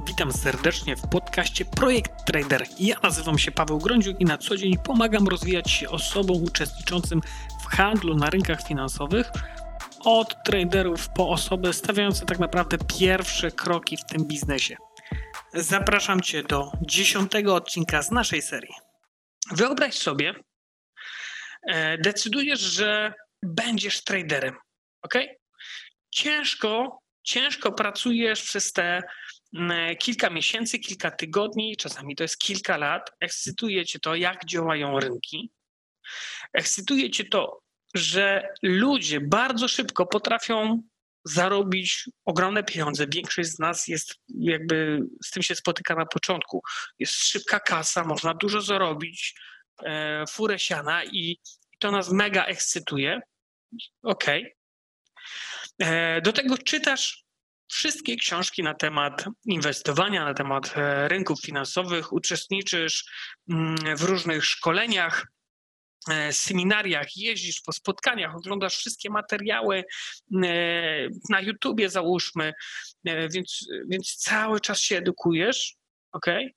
Witam serdecznie w podcaście Projekt Trader. Ja nazywam się Paweł Grądziuk i na co dzień pomagam rozwijać się osobom uczestniczącym w handlu na rynkach finansowych, od traderów po osoby stawiające tak naprawdę pierwsze kroki w tym biznesie. Zapraszam Cię do 10. odcinka z naszej serii. Wyobraź sobie, decydujesz, że będziesz traderem, ok? Ciężko pracujesz przez te kilka miesięcy, kilka tygodni, czasami to jest kilka lat. Ekscytuje Cię to, jak działają rynki. Ekscytuje Cię to, że ludzie bardzo szybko potrafią zarobić ogromne pieniądze. Większość z nas jest jakby z tym się spotyka na początku. Jest szybka kasa, można dużo zarobić, furę siana i to nas mega ekscytuje. Okej. Do tego czytasz wszystkie książki na temat inwestowania, na temat rynków finansowych, uczestniczysz w różnych szkoleniach, seminariach, jeździsz po spotkaniach, oglądasz wszystkie materiały na YouTubie, załóżmy, więc cały czas się edukujesz, okej?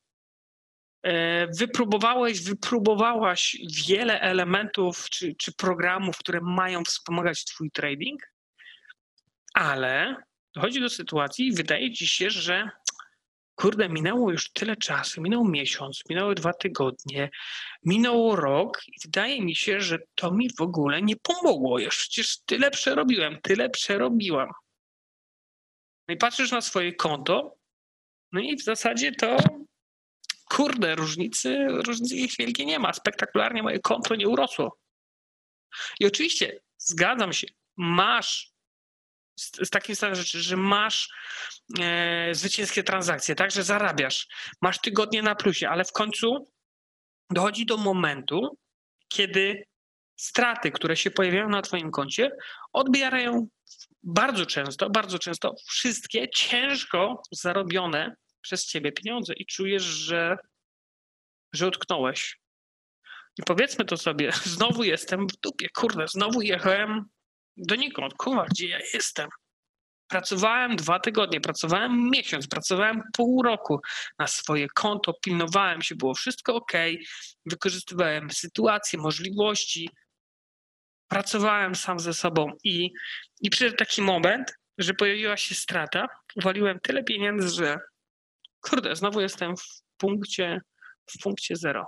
Wypróbowałaś wiele elementów czy programów, które mają wspomagać twój trading, ale dochodzi do sytuacji i wydaje ci się, że kurde, minęło już tyle czasu, minął miesiąc, minęły 2 tygodnie, minął rok i wydaje mi się, że to mi w ogóle nie pomogło. Już przecież tyle przerobiłam. No i patrzysz na swoje konto, no i w zasadzie to kurde, różnicy ich wielkiej nie ma. Spektakularnie moje konto nie urosło. I oczywiście zgadzam się, masz z takim stanem rzeczy, że masz zwycięskie transakcje, tak, że zarabiasz, masz tygodnie na plusie, ale w końcu dochodzi do momentu, kiedy straty, które się pojawiają na twoim koncie, odbierają bardzo często wszystkie ciężko zarobione przez ciebie pieniądze i czujesz, że utknąłeś. I powiedzmy to sobie, znowu jestem w dupie, kurde, znowu jechałem donikąd, kurwa, gdzie ja jestem? Pracowałem 2 tygodnie, pracowałem miesiąc, pracowałem pół roku na swoje konto, pilnowałem się, było wszystko ok, wykorzystywałem sytuacje, możliwości, pracowałem sam ze sobą i przyszedł taki moment, że pojawiła się strata, uwaliłem tyle pieniędzy, że kurde, znowu jestem w punkcie zero.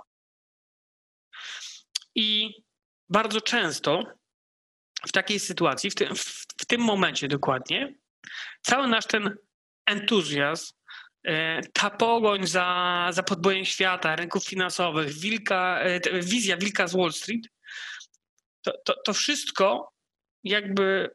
I bardzo często w takiej sytuacji, w tym momencie dokładnie, cały nasz ten entuzjazm, ta pogoń za podbojem świata, rynków finansowych, wizja wilka z Wall Street, to wszystko jakby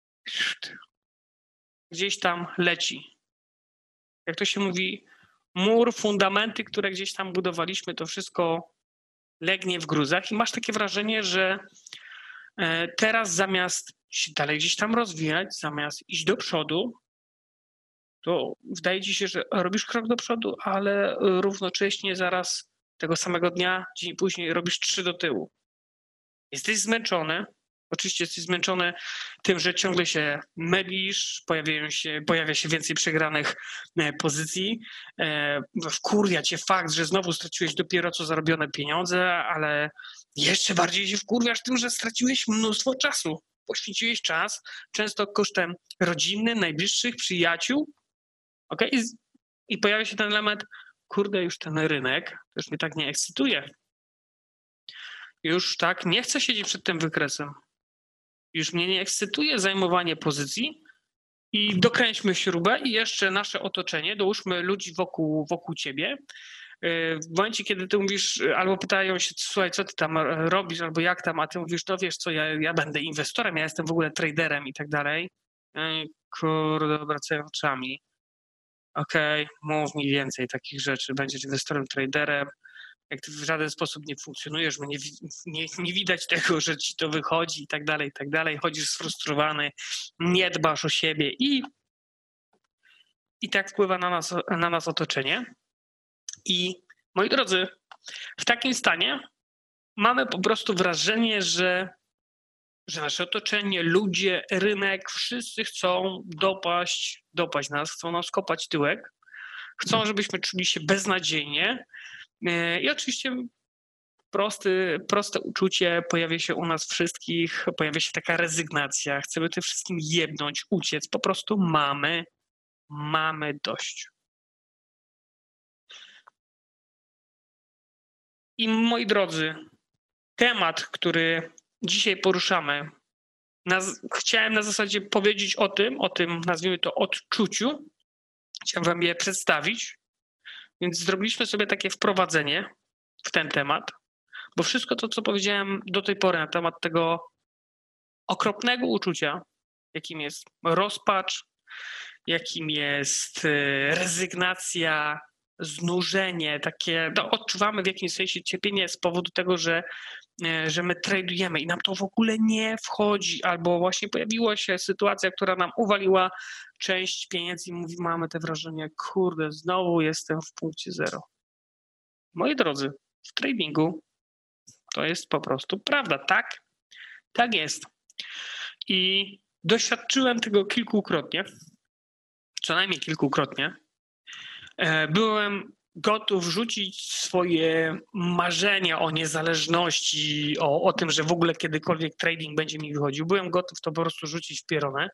gdzieś tam leci. Jak to się mówi, mur, fundamenty, które gdzieś tam budowaliśmy, to wszystko legnie w gruzach i masz takie wrażenie, że teraz zamiast się dalej gdzieś tam rozwijać, zamiast iść do przodu, to wydaje ci się, że robisz krok do przodu, ale równocześnie zaraz tego samego dnia, dzień później robisz 3 do tyłu. Jesteś zmęczony. Oczywiście jesteś zmęczony tym, że ciągle się mylisz, pojawia się więcej przegranych pozycji. Wkurwia cię fakt, że znowu straciłeś dopiero co zarobione pieniądze, ale jeszcze bardziej się wkurwiasz tym, że straciłeś mnóstwo czasu. Poświęciłeś czas, często kosztem rodziny, najbliższych, przyjaciół. Okay? I pojawia się ten element, kurde, już ten rynek, to już mnie tak nie ekscytuje. Już tak nie chcę siedzieć przed tym wykresem. Już mnie nie ekscytuje zajmowanie pozycji i dokręćmy śrubę i jeszcze nasze otoczenie, dołóżmy ludzi wokół ciebie. W momencie, kiedy ty mówisz, albo pytają się, słuchaj, co ty tam robisz, albo jak tam, a ty mówisz, no wiesz co, ja będę inwestorem, ja jestem w ogóle traderem i tak dalej. Kurde, obracają oczami. Okej, mów mi więcej takich rzeczy, będziesz inwestorem, traderem. Jak ty w żaden sposób nie funkcjonujesz, bo nie widać tego, że ci to wychodzi i tak dalej, chodzisz sfrustrowany, nie dbasz o siebie i tak wpływa na nas otoczenie. I moi drodzy, w takim stanie mamy po prostu wrażenie, że nasze otoczenie, ludzie, rynek, wszyscy chcą dopaść nas, chcą nas kopać tyłek, chcą, żebyśmy czuli się beznadziejnie i oczywiście proste uczucie pojawia się u nas wszystkich, pojawia się taka rezygnacja, chcemy tym wszystkim jebnąć, uciec, po prostu mamy dość. I moi drodzy, temat, który dzisiaj poruszamy, chciałem na zasadzie powiedzieć o tym, nazwijmy to odczuciu, chciałem wam je przedstawić, więc zrobiliśmy sobie takie wprowadzenie w ten temat, bo wszystko to, co powiedziałem do tej pory na temat tego okropnego uczucia, jakim jest rozpacz, jakim jest rezygnacja, znużenie, takie, odczuwamy w jakimś sensie cierpienie z powodu tego, że my tradujemy i nam to w ogóle nie wchodzi, albo właśnie pojawiła się sytuacja, która nam uwaliła część pieniędzy i mamy te wrażenie, kurde, znowu jestem w punkcie zero. Moi drodzy, w tradingu to jest po prostu prawda, tak jest. I doświadczyłem tego kilkukrotnie, co najmniej kilkukrotnie. Byłem gotów rzucić swoje marzenia o niezależności, o tym, że w ogóle kiedykolwiek trading będzie mi wychodził. Byłem gotów to po prostu rzucić w pieronę.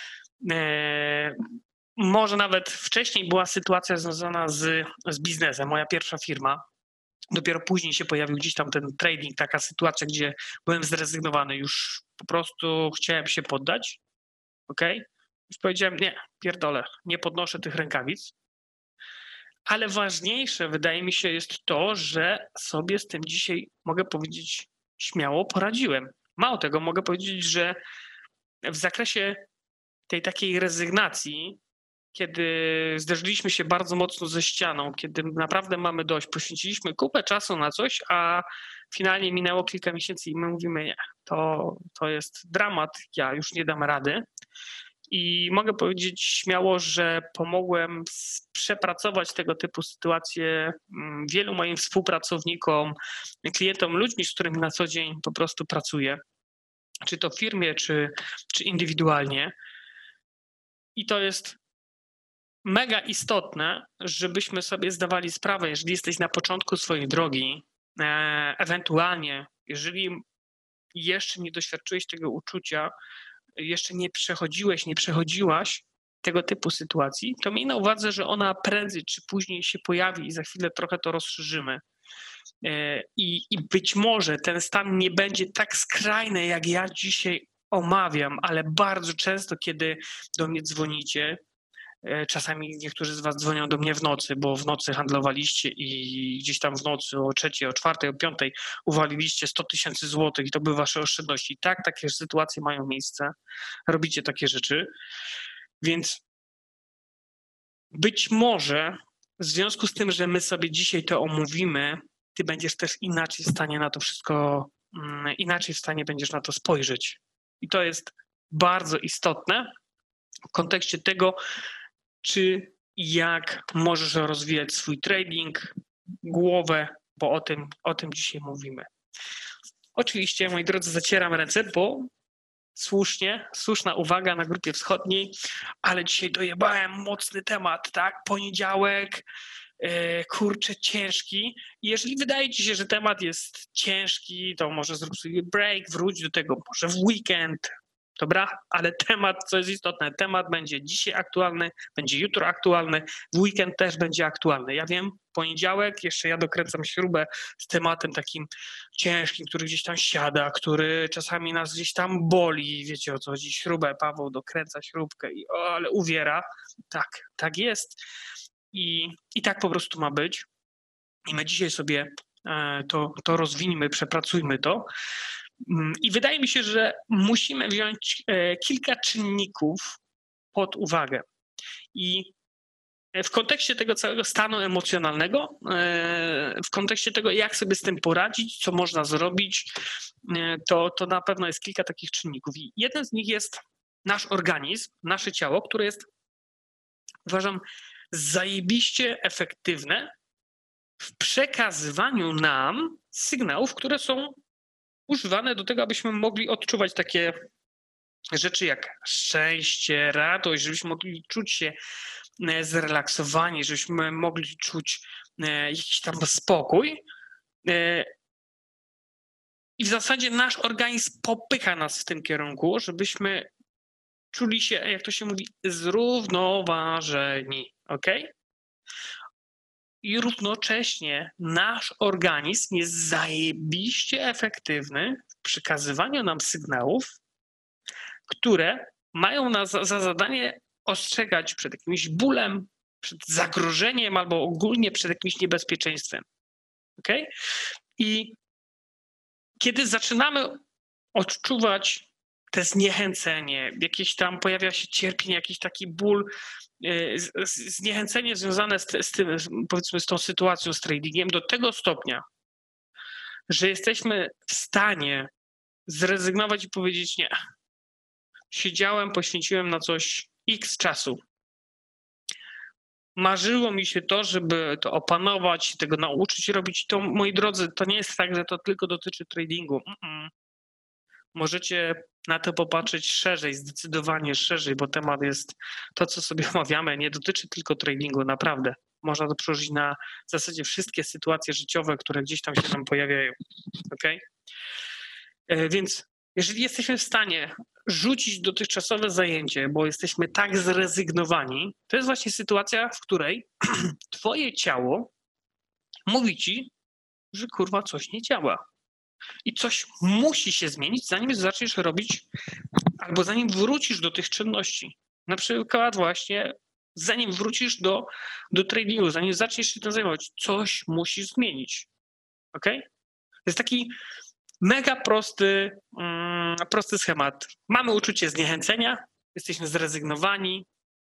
Może nawet wcześniej była sytuacja związana z biznesem. Moja pierwsza firma. Dopiero później się pojawił gdzieś tam ten trading, taka sytuacja, gdzie byłem zrezygnowany. Już po prostu chciałem się poddać. Okay? Już powiedziałem, nie, pierdolę, nie podnoszę tych rękawic. Ale ważniejsze, wydaje mi się, jest to, że sobie z tym dzisiaj, mogę powiedzieć, śmiało poradziłem. Mało tego, mogę powiedzieć, że w zakresie tej takiej rezygnacji, kiedy zderzyliśmy się bardzo mocno ze ścianą, kiedy naprawdę mamy dość, poświęciliśmy kupę czasu na coś, a finalnie minęło kilka miesięcy i my mówimy, nie, to jest dramat, ja już nie dam rady. I mogę powiedzieć śmiało, że pomogłem przepracować tego typu sytuacje wielu moim współpracownikom, klientom, ludźmi, z którymi na co dzień po prostu pracuję, czy to w firmie, czy indywidualnie. I to jest mega istotne, żebyśmy sobie zdawali sprawę, jeżeli jesteś na początku swojej drogi, ewentualnie, jeżeli jeszcze nie doświadczyłeś tego uczucia, jeszcze nie przechodziłaś tego typu sytuacji, to miej na uwadze, że ona prędzej czy później się pojawi i za chwilę trochę to rozszerzymy. I być może ten stan nie będzie tak skrajny, jak ja dzisiaj omawiam, ale bardzo często, kiedy do mnie dzwonicie, czasami niektórzy z was dzwonią do mnie w nocy, bo w nocy handlowaliście i gdzieś tam w nocy o 3, o 4, o 5 uwaliliście 100 000 złotych i to były wasze oszczędności. Tak, takie sytuacje mają miejsce. Robicie takie rzeczy. Więc być może w związku z tym, że my sobie dzisiaj to omówimy, ty będziesz też inaczej w stanie na to wszystko, inaczej w stanie będziesz na to spojrzeć. I to jest bardzo istotne w kontekście tego, czy jak możesz rozwijać swój trading, głowę, bo o tym dzisiaj mówimy. Oczywiście, moi drodzy, zacieram ręce, bo słuszna uwaga na Grupie Wschodniej, ale dzisiaj dojebałem mocny temat, tak? Poniedziałek, kurczę, ciężki. I jeżeli wydaje ci się, że temat jest ciężki, to może zrób sobie break, wróć do tego może w weekend. Dobra, ale temat, co jest istotne, temat będzie dzisiaj aktualny, będzie jutro aktualny, w weekend też będzie aktualny. Ja wiem, poniedziałek, jeszcze ja dokręcam śrubę z tematem takim ciężkim, który gdzieś tam siada, który czasami nas gdzieś tam boli, wiecie o co chodzi, śrubę, Paweł dokręca śrubkę i ale uwiera. Tak jest i tak po prostu ma być. I my dzisiaj sobie to rozwiniemy, przepracujmy to. I wydaje mi się, że musimy wziąć kilka czynników pod uwagę. I w kontekście tego całego stanu emocjonalnego, w kontekście tego, jak sobie z tym poradzić, co można zrobić, to na pewno jest kilka takich czynników. I jeden z nich jest nasz organizm, nasze ciało, które jest, uważam, zajebiście efektywne w przekazywaniu nam sygnałów, które są używane do tego, abyśmy mogli odczuwać takie rzeczy jak szczęście, radość, żebyśmy mogli czuć się zrelaksowani, żebyśmy mogli czuć jakiś tam spokój. I w zasadzie nasz organizm popycha nas w tym kierunku, żebyśmy czuli się, jak to się mówi, zrównoważeni, ok? I równocześnie nasz organizm jest zajebiście efektywny w przekazywaniu nam sygnałów, które mają nas za zadanie ostrzegać przed jakimś bólem, przed zagrożeniem albo ogólnie przed jakimś niebezpieczeństwem. Okay? I kiedy zaczynamy odczuwać te zniechęcenie, jakieś tam pojawia się cierpienie, jakiś taki ból, zniechęcenie związane z tym, powiedzmy, z tą sytuacją, z tradingiem do tego stopnia, że jesteśmy w stanie zrezygnować i powiedzieć nie. Siedziałem, poświęciłem na coś X czasu. Marzyło mi się to, żeby to opanować, tego nauczyć robić. To, moi drodzy, to nie jest tak, że to tylko dotyczy tradingu. Możecie na to popatrzeć szerzej, zdecydowanie szerzej, bo temat jest to, co sobie omawiamy, nie dotyczy tylko tradingu, naprawdę. Można to przełożyć na w zasadzie wszystkie sytuacje życiowe, które gdzieś tam się nam pojawiają. Okay? Więc jeżeli jesteśmy w stanie rzucić dotychczasowe zajęcie, bo jesteśmy tak zrezygnowani, to jest właśnie sytuacja, w której twoje ciało mówi ci, że kurwa coś nie działa. I coś musi się zmienić, zanim zaczniesz robić, albo zanim wrócisz do tych czynności. Na przykład właśnie zanim wrócisz do tradingu, zanim zaczniesz się tym zajmować, coś musisz zmienić. Ok? To jest taki mega prosty schemat. Mamy uczucie zniechęcenia, jesteśmy zrezygnowani.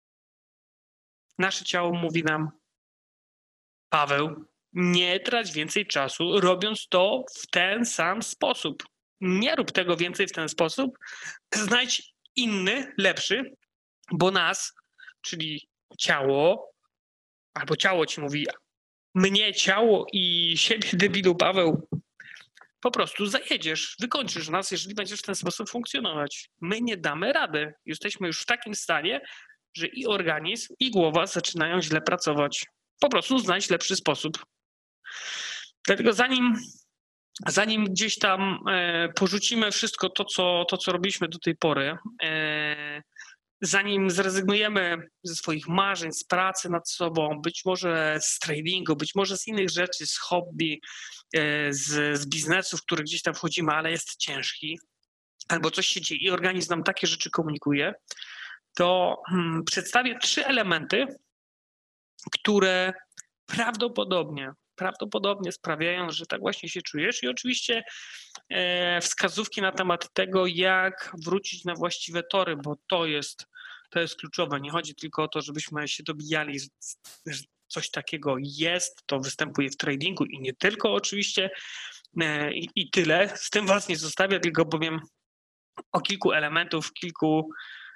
Nasze ciało mówi nam, Paweł, nie trać więcej czasu, robiąc to w ten sam sposób. Nie rób tego więcej w ten sposób. Znajdź inny, lepszy, bo nas, czyli ciało, albo ciało ci mówi, mnie ciało i siebie, debilu Paweł, po prostu zajedziesz, wykończysz nas, jeżeli będziesz w ten sposób funkcjonować. My nie damy rady. Jesteśmy już w takim stanie, że i organizm, i głowa zaczynają źle pracować. Po prostu znajdź lepszy sposób. Dlatego zanim gdzieś tam porzucimy wszystko to, co robiliśmy do tej pory, zanim zrezygnujemy ze swoich marzeń, z pracy nad sobą, być może z tradingu, być może z innych rzeczy, z hobby, z biznesu, w który gdzieś tam wchodzimy, ale jest ciężki, albo coś się dzieje i organizm nam takie rzeczy komunikuje, to przedstawię 3 elementy, które prawdopodobnie sprawiają, że tak właśnie się czujesz i oczywiście wskazówki na temat tego, jak wrócić na właściwe tory, bo to jest kluczowe. Nie chodzi tylko o to, żebyśmy się dobijali, że coś takiego jest, to występuje w tradingu i nie tylko oczywiście i tyle. Z tym was nie zostawię, tylko powiem o kilku elementów, kilku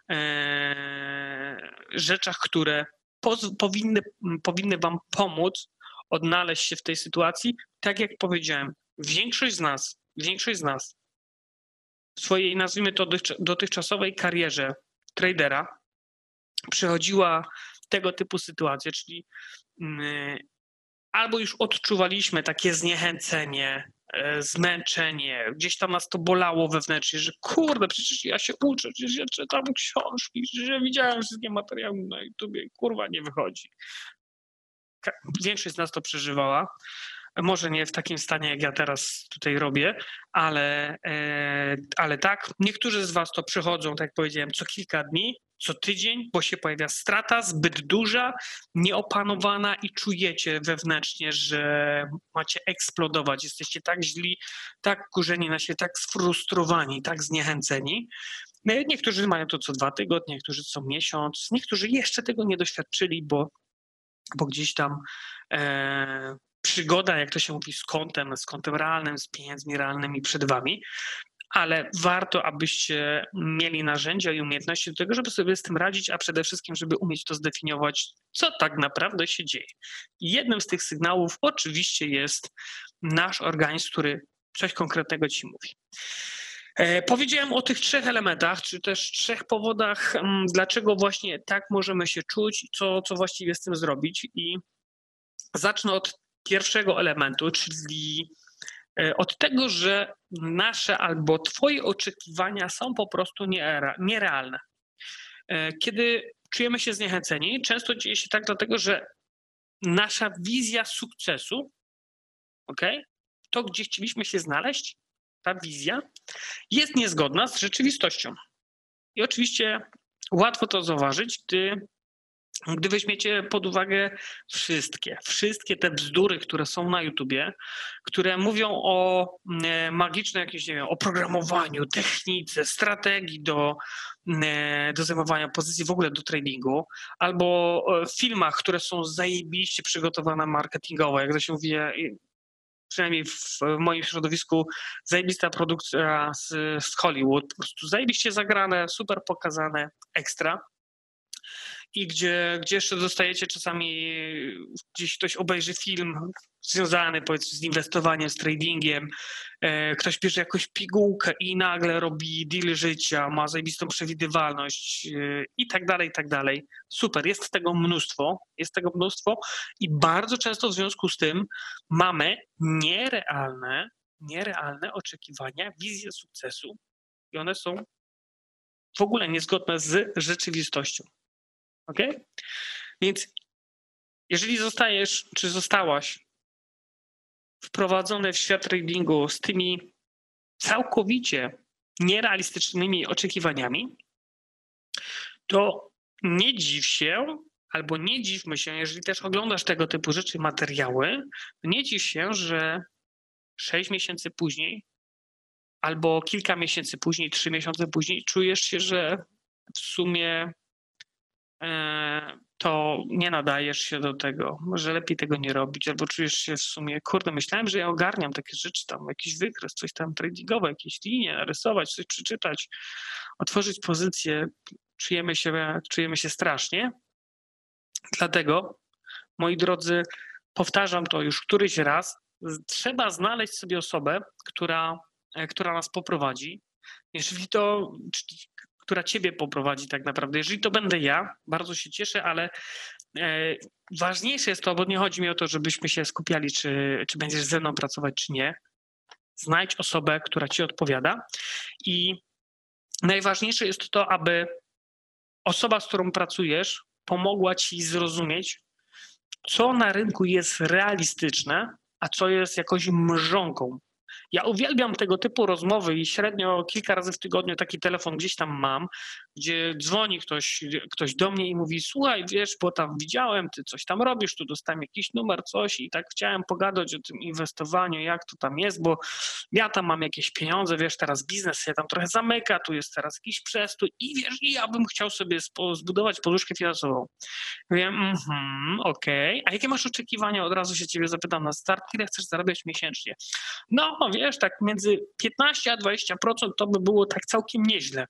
rzeczach, które powinny wam pomóc odnaleźć się w tej sytuacji. Tak jak powiedziałem, większość z nas w swojej, nazwijmy to, dotychczasowej karierze tradera przechodziła tego typu sytuacje, czyli albo już odczuwaliśmy takie zniechęcenie, zmęczenie, gdzieś tam nas to bolało wewnętrznie, że kurde, przecież ja się uczę, przecież ja czytam książki, przecież ja widziałem wszystkie materiały na YouTubie, kurwa, nie wychodzi. Większość z nas to przeżywała. Może nie w takim stanie, jak ja teraz tutaj robię, ale tak. Niektórzy z was to przechodzą, tak jak powiedziałem, co kilka dni, co tydzień, bo się pojawia strata zbyt duża, nieopanowana i czujecie wewnętrznie, że macie eksplodować. Jesteście tak źli, tak kurzeni na siebie, tak sfrustrowani, tak zniechęceni. Niektórzy mają to co 2 tygodnie, niektórzy co miesiąc, niektórzy jeszcze tego nie doświadczyli, bo gdzieś tam przygoda, jak to się mówi, z kątem realnym, z pieniędzmi realnymi przed wami, ale warto, abyście mieli narzędzia i umiejętności do tego, żeby sobie z tym radzić, a przede wszystkim, żeby umieć to zdefiniować, co tak naprawdę się dzieje. I jednym z tych sygnałów oczywiście jest nasz organizm, który coś konkretnego ci mówi. Powiedziałem o tych 3 elementach, czy też 3 powodach, dlaczego właśnie tak możemy się czuć i co właściwie z tym zrobić. I zacznę od pierwszego elementu, czyli od tego, że nasze albo twoje oczekiwania są po prostu nierealne. Kiedy czujemy się zniechęceni, często dzieje się tak dlatego, że nasza wizja sukcesu, to gdzie chcieliśmy się znaleźć, ta wizja jest niezgodna z rzeczywistością. I oczywiście łatwo to zauważyć, gdy weźmiecie pod uwagę wszystkie te bzdury, które są na YouTubie, które mówią o magicznym jakimś, nie wiem, oprogramowaniu, technice, strategii do zajmowania pozycji, w ogóle do tradingu, albo filmach, które są zajebiście przygotowane marketingowo, jak to się mówi, przynajmniej w moim środowisku, zajebista produkcja z Hollywood, po prostu zajebiście zagrane, super pokazane, ekstra. I gdzie jeszcze dostajecie czasami, gdzieś ktoś obejrzy film związany powiedzmy z inwestowaniem, z tradingiem, ktoś bierze jakąś pigułkę i nagle robi deal życia, ma zajebistą przewidywalność i tak dalej, i tak dalej. Super, jest tego mnóstwo i bardzo często w związku z tym mamy nierealne oczekiwania, wizje sukcesu i one są w ogóle niezgodne z rzeczywistością. Więc jeżeli zostajesz, czy zostałaś wprowadzony w świat tradingu z tymi całkowicie nierealistycznymi oczekiwaniami, to nie dziw się, albo nie dziwmy się, jeżeli też oglądasz tego typu rzeczy, materiały, nie dziw się, że 6 miesięcy później, albo kilka miesięcy później, 3 miesiące później czujesz się, że w sumie to nie nadajesz się do tego, że lepiej tego nie robić, albo czujesz się w sumie, kurde, myślałem, że ja ogarniam takie rzeczy tam, jakiś wykres, coś tam tradingowe, jakieś linie, narysować, coś przeczytać, otworzyć pozycję, czujemy się strasznie. Dlatego, moi drodzy, powtarzam to już któryś raz, trzeba znaleźć sobie osobę, która nas poprowadzi. Jeżeli to, która ciebie poprowadzi tak naprawdę. Jeżeli to będę ja, bardzo się cieszę, ale ważniejsze jest to, bo nie chodzi mi o to, żebyśmy się skupiali, czy będziesz ze mną pracować, czy nie. Znajdź osobę, która ci odpowiada i najważniejsze jest to, aby osoba, z którą pracujesz, pomogła ci zrozumieć, co na rynku jest realistyczne, a co jest jakąś mrzonką. Ja uwielbiam tego typu rozmowy i średnio kilka razy w tygodniu taki telefon gdzieś tam mam, gdzie dzwoni ktoś do mnie i mówi: słuchaj, wiesz, bo tam widziałem, ty coś tam robisz, tu dostałem jakiś numer, coś i tak chciałem pogadać o tym inwestowaniu, jak to tam jest, bo ja tam mam jakieś pieniądze, wiesz, teraz biznes się tam trochę zamyka, tu jest teraz jakiś przestój i wiesz, i ja bym chciał sobie zbudować poduszkę finansową. Wiem, okej. A jakie masz oczekiwania? Od razu się ciebie zapytam na start, ile chcesz zarabiać miesięcznie? No, wiesz, tak między 15 a 20% to by było tak całkiem nieźle.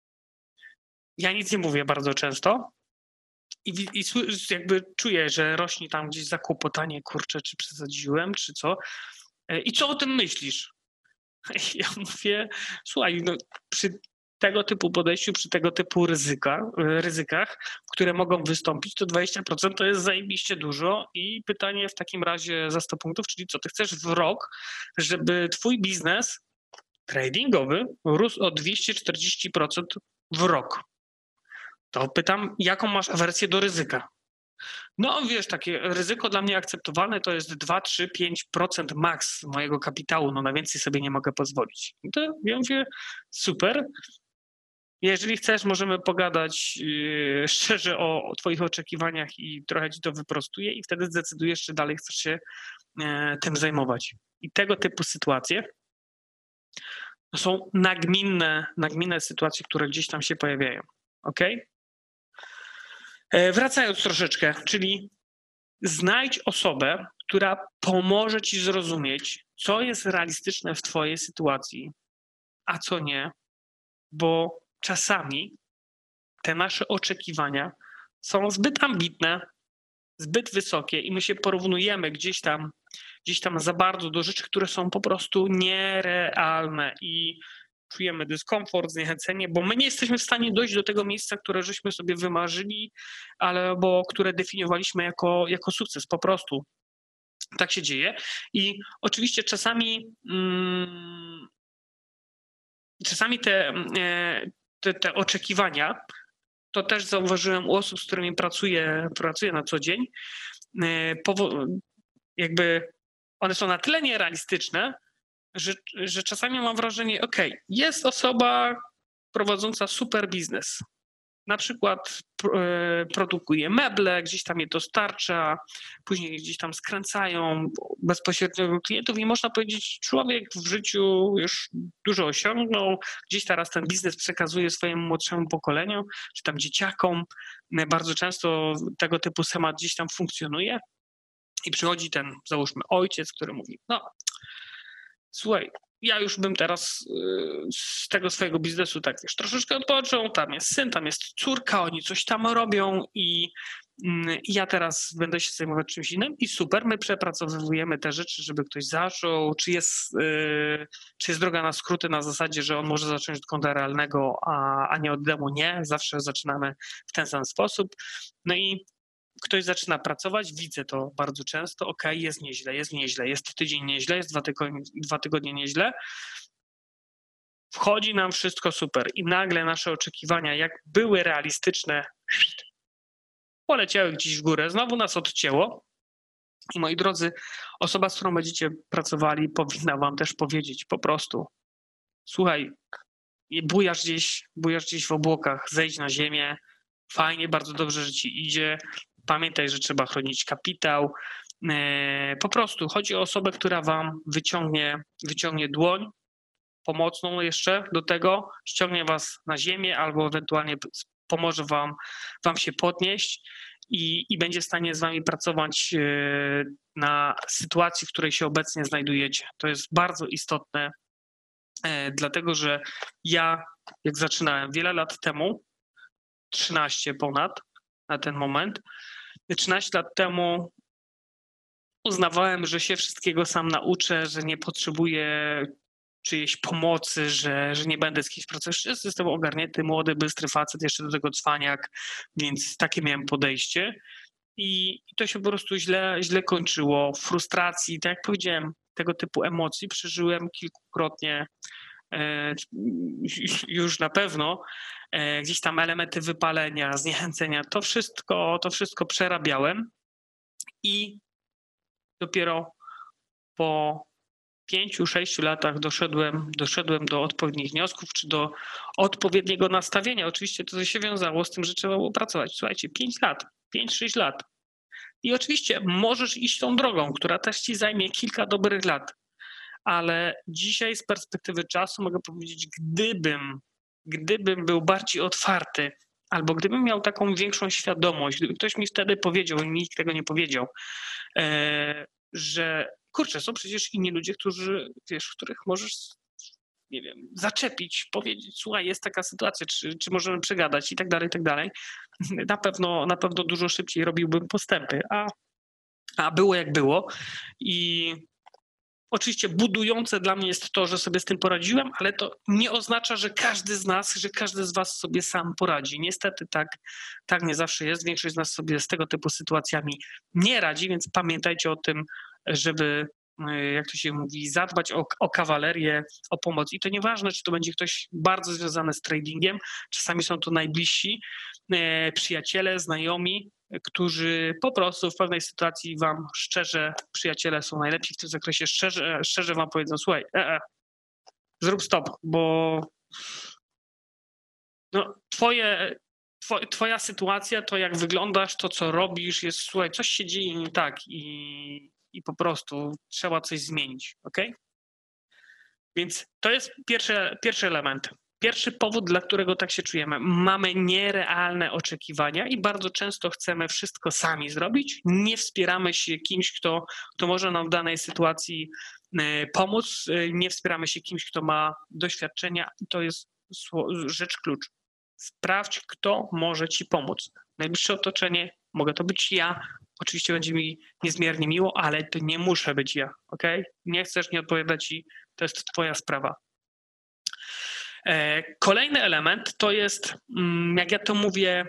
Ja nic nie mówię bardzo często i jakby czuję, że rośnie tam gdzieś zakłopotanie, kurczę, czy przesadziłem, czy co. I co o tym myślisz? Ja mówię, słuchaj, no, przy tego typu podejściu, przy tego typu ryzykach, które mogą wystąpić, to 20% to jest zajebiście dużo i pytanie w takim razie za 100 punktów, czyli co, ty chcesz w rok, żeby twój biznes tradingowy rósł o 240% w rok. To pytam, jaką masz awersję do ryzyka? No wiesz, takie ryzyko dla mnie akceptowalne to jest 2, 3, 5% maks mojego kapitału, no na więcej sobie nie mogę pozwolić. I to ja mówię, super. Jeżeli chcesz, możemy pogadać szczerze o twoich oczekiwaniach i trochę ci to wyprostuję i wtedy zdecydujesz, czy dalej chcesz się tym zajmować. I tego typu sytuacje to są nagminne sytuacje, które gdzieś tam się pojawiają. Ok? Wracając troszeczkę, czyli znajdź osobę, która pomoże ci zrozumieć, co jest realistyczne w twojej sytuacji, a co nie, bo czasami te nasze oczekiwania są zbyt ambitne, zbyt wysokie i my się porównujemy gdzieś tam za bardzo do rzeczy, które są po prostu nierealne i czujemy dyskomfort, zniechęcenie, bo my nie jesteśmy w stanie dojść do tego miejsca, które żeśmy sobie wymarzyli, albo które definiowaliśmy jako sukces po prostu. Tak się dzieje. I oczywiście czasami te oczekiwania, to też zauważyłem u osób, z którymi pracuję na co dzień, jakby one są na tyle nierealistyczne, że czasami mam wrażenie, jest osoba prowadząca super biznes. Na przykład produkuje meble, gdzieś tam je dostarcza, później gdzieś tam skręcają bezpośrednio do klientów i można powiedzieć, człowiek w życiu już dużo osiągnął, gdzieś teraz ten biznes przekazuje swojemu młodszemu pokoleniu, czy tam dzieciakom. Bardzo często tego typu schemat gdzieś tam funkcjonuje i przychodzi ten, załóżmy, ojciec, który mówi, no słuchaj, ja już bym teraz z tego swojego biznesu tak wiesz, troszeczkę odpoczął, tam jest syn, tam jest córka, oni coś tam robią i ja teraz będę się zajmować czymś innym i super, my przepracowujemy te rzeczy, żeby ktoś zaczął, czy jest droga na skróty na zasadzie, że on może zacząć od konta realnego, a nie od demo, nie, zawsze zaczynamy w ten sam sposób. No i ktoś zaczyna pracować, widzę to bardzo często, jest nieźle, jest tydzień nieźle, jest 2 tygodnie nieźle, wchodzi nam wszystko super i nagle nasze oczekiwania, jak były realistyczne, poleciały gdzieś w górę, znowu nas odcięło i moi drodzy, osoba, z którą będziecie pracowali, powinna wam też powiedzieć po prostu, słuchaj, bujasz gdzieś w obłokach, zejdź na ziemię, fajnie, bardzo dobrze, że ci idzie, pamiętaj, że trzeba chronić kapitał. Po prostu chodzi o osobę, która wam wyciągnie dłoń pomocną jeszcze do tego, ściągnie was na ziemię albo ewentualnie pomoże wam się podnieść i będzie w stanie z wami pracować na sytuacji, w której się obecnie znajdujecie. To jest bardzo istotne, dlatego że ja, jak zaczynałem wiele lat temu, 13 ponad na ten moment, 13 lat temu uznawałem, że się wszystkiego sam nauczę, że nie potrzebuję czyjejś pomocy, że nie będę z kimś pracować. Jestem ogarnięty, młody, bystry facet, jeszcze do tego cwaniak, więc takie miałem podejście. I to się po prostu źle kończyło. Frustracji, tak jak powiedziałem, tego typu emocji przeżyłem kilkukrotnie już na pewno. Gdzieś tam elementy wypalenia, zniechęcenia, to wszystko przerabiałem i dopiero po 5-6 latach doszedłem do odpowiednich wniosków, czy do odpowiedniego nastawienia. Oczywiście to się wiązało z tym, że trzeba było pracować. Słuchajcie, 5-6 lat. I oczywiście możesz iść tą drogą, która też ci zajmie kilka dobrych lat. Ale dzisiaj z perspektywy czasu mogę powiedzieć, gdybym był bardziej otwarty, albo gdybym miał taką większą świadomość, gdyby ktoś mi wtedy powiedział, i nikt tego nie powiedział, że kurczę, są przecież inni ludzie, których możesz, nie wiem, zaczepić, powiedzieć, słuchaj, jest taka sytuacja, czy możemy przegadać i tak dalej. Na pewno dużo szybciej robiłbym postępy, a było jak było. I oczywiście budujące dla mnie jest to, że sobie z tym poradziłem, ale to nie oznacza, że każdy z was sobie sam poradzi. Niestety tak nie zawsze jest. Większość z nas sobie z tego typu sytuacjami nie radzi, więc pamiętajcie o tym, żeby, jak to się mówi, zadbać o kawalerię, o pomoc. I to nieważne, czy to będzie ktoś bardzo związany z tradingiem, czasami są to najbliżsi, przyjaciele, znajomi, którzy po prostu w pewnej sytuacji wam szczerze, przyjaciele są najlepsi w tym zakresie, szczerze wam powiedzą, słuchaj, zrób stop, bo no, twoja sytuacja, to jak wyglądasz, to co robisz, jest, słuchaj, coś się dzieje nie tak i po prostu trzeba coś zmienić, ok? Więc to jest pierwszy element. Pierwszy powód, dla którego tak się czujemy. Mamy nierealne oczekiwania i bardzo często chcemy wszystko sami zrobić. Nie wspieramy się kimś, kto może nam w danej sytuacji pomóc. Nie wspieramy się kimś, kto ma doświadczenia. I to jest rzecz klucz. Sprawdź, kto może ci pomóc. Najbliższe otoczenie, mogę to być ja. Oczywiście będzie mi niezmiernie miło, ale to nie muszę być ja, ok? Nie chcesz, nie odpowiada ci, to jest twoja sprawa. Kolejny element to jest, jak ja to mówię,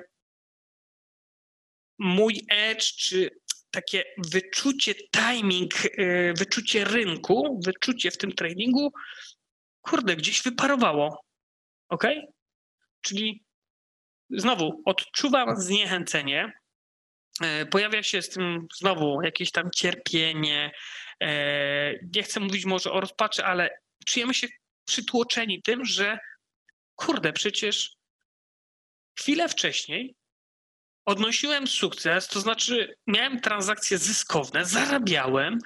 mój edge, czy takie wyczucie timing, wyczucie rynku, wyczucie w tym tradingu, kurde, gdzieś wyparowało. Ok? Czyli znowu odczuwam zniechęcenie, pojawia się z tym znowu jakieś tam cierpienie, nie chcę mówić może o rozpaczy, ale czujemy się przytłoczeni tym, że kurde, przecież chwilę wcześniej odnosiłem sukces, to znaczy miałem transakcje zyskowne, zarabiałem,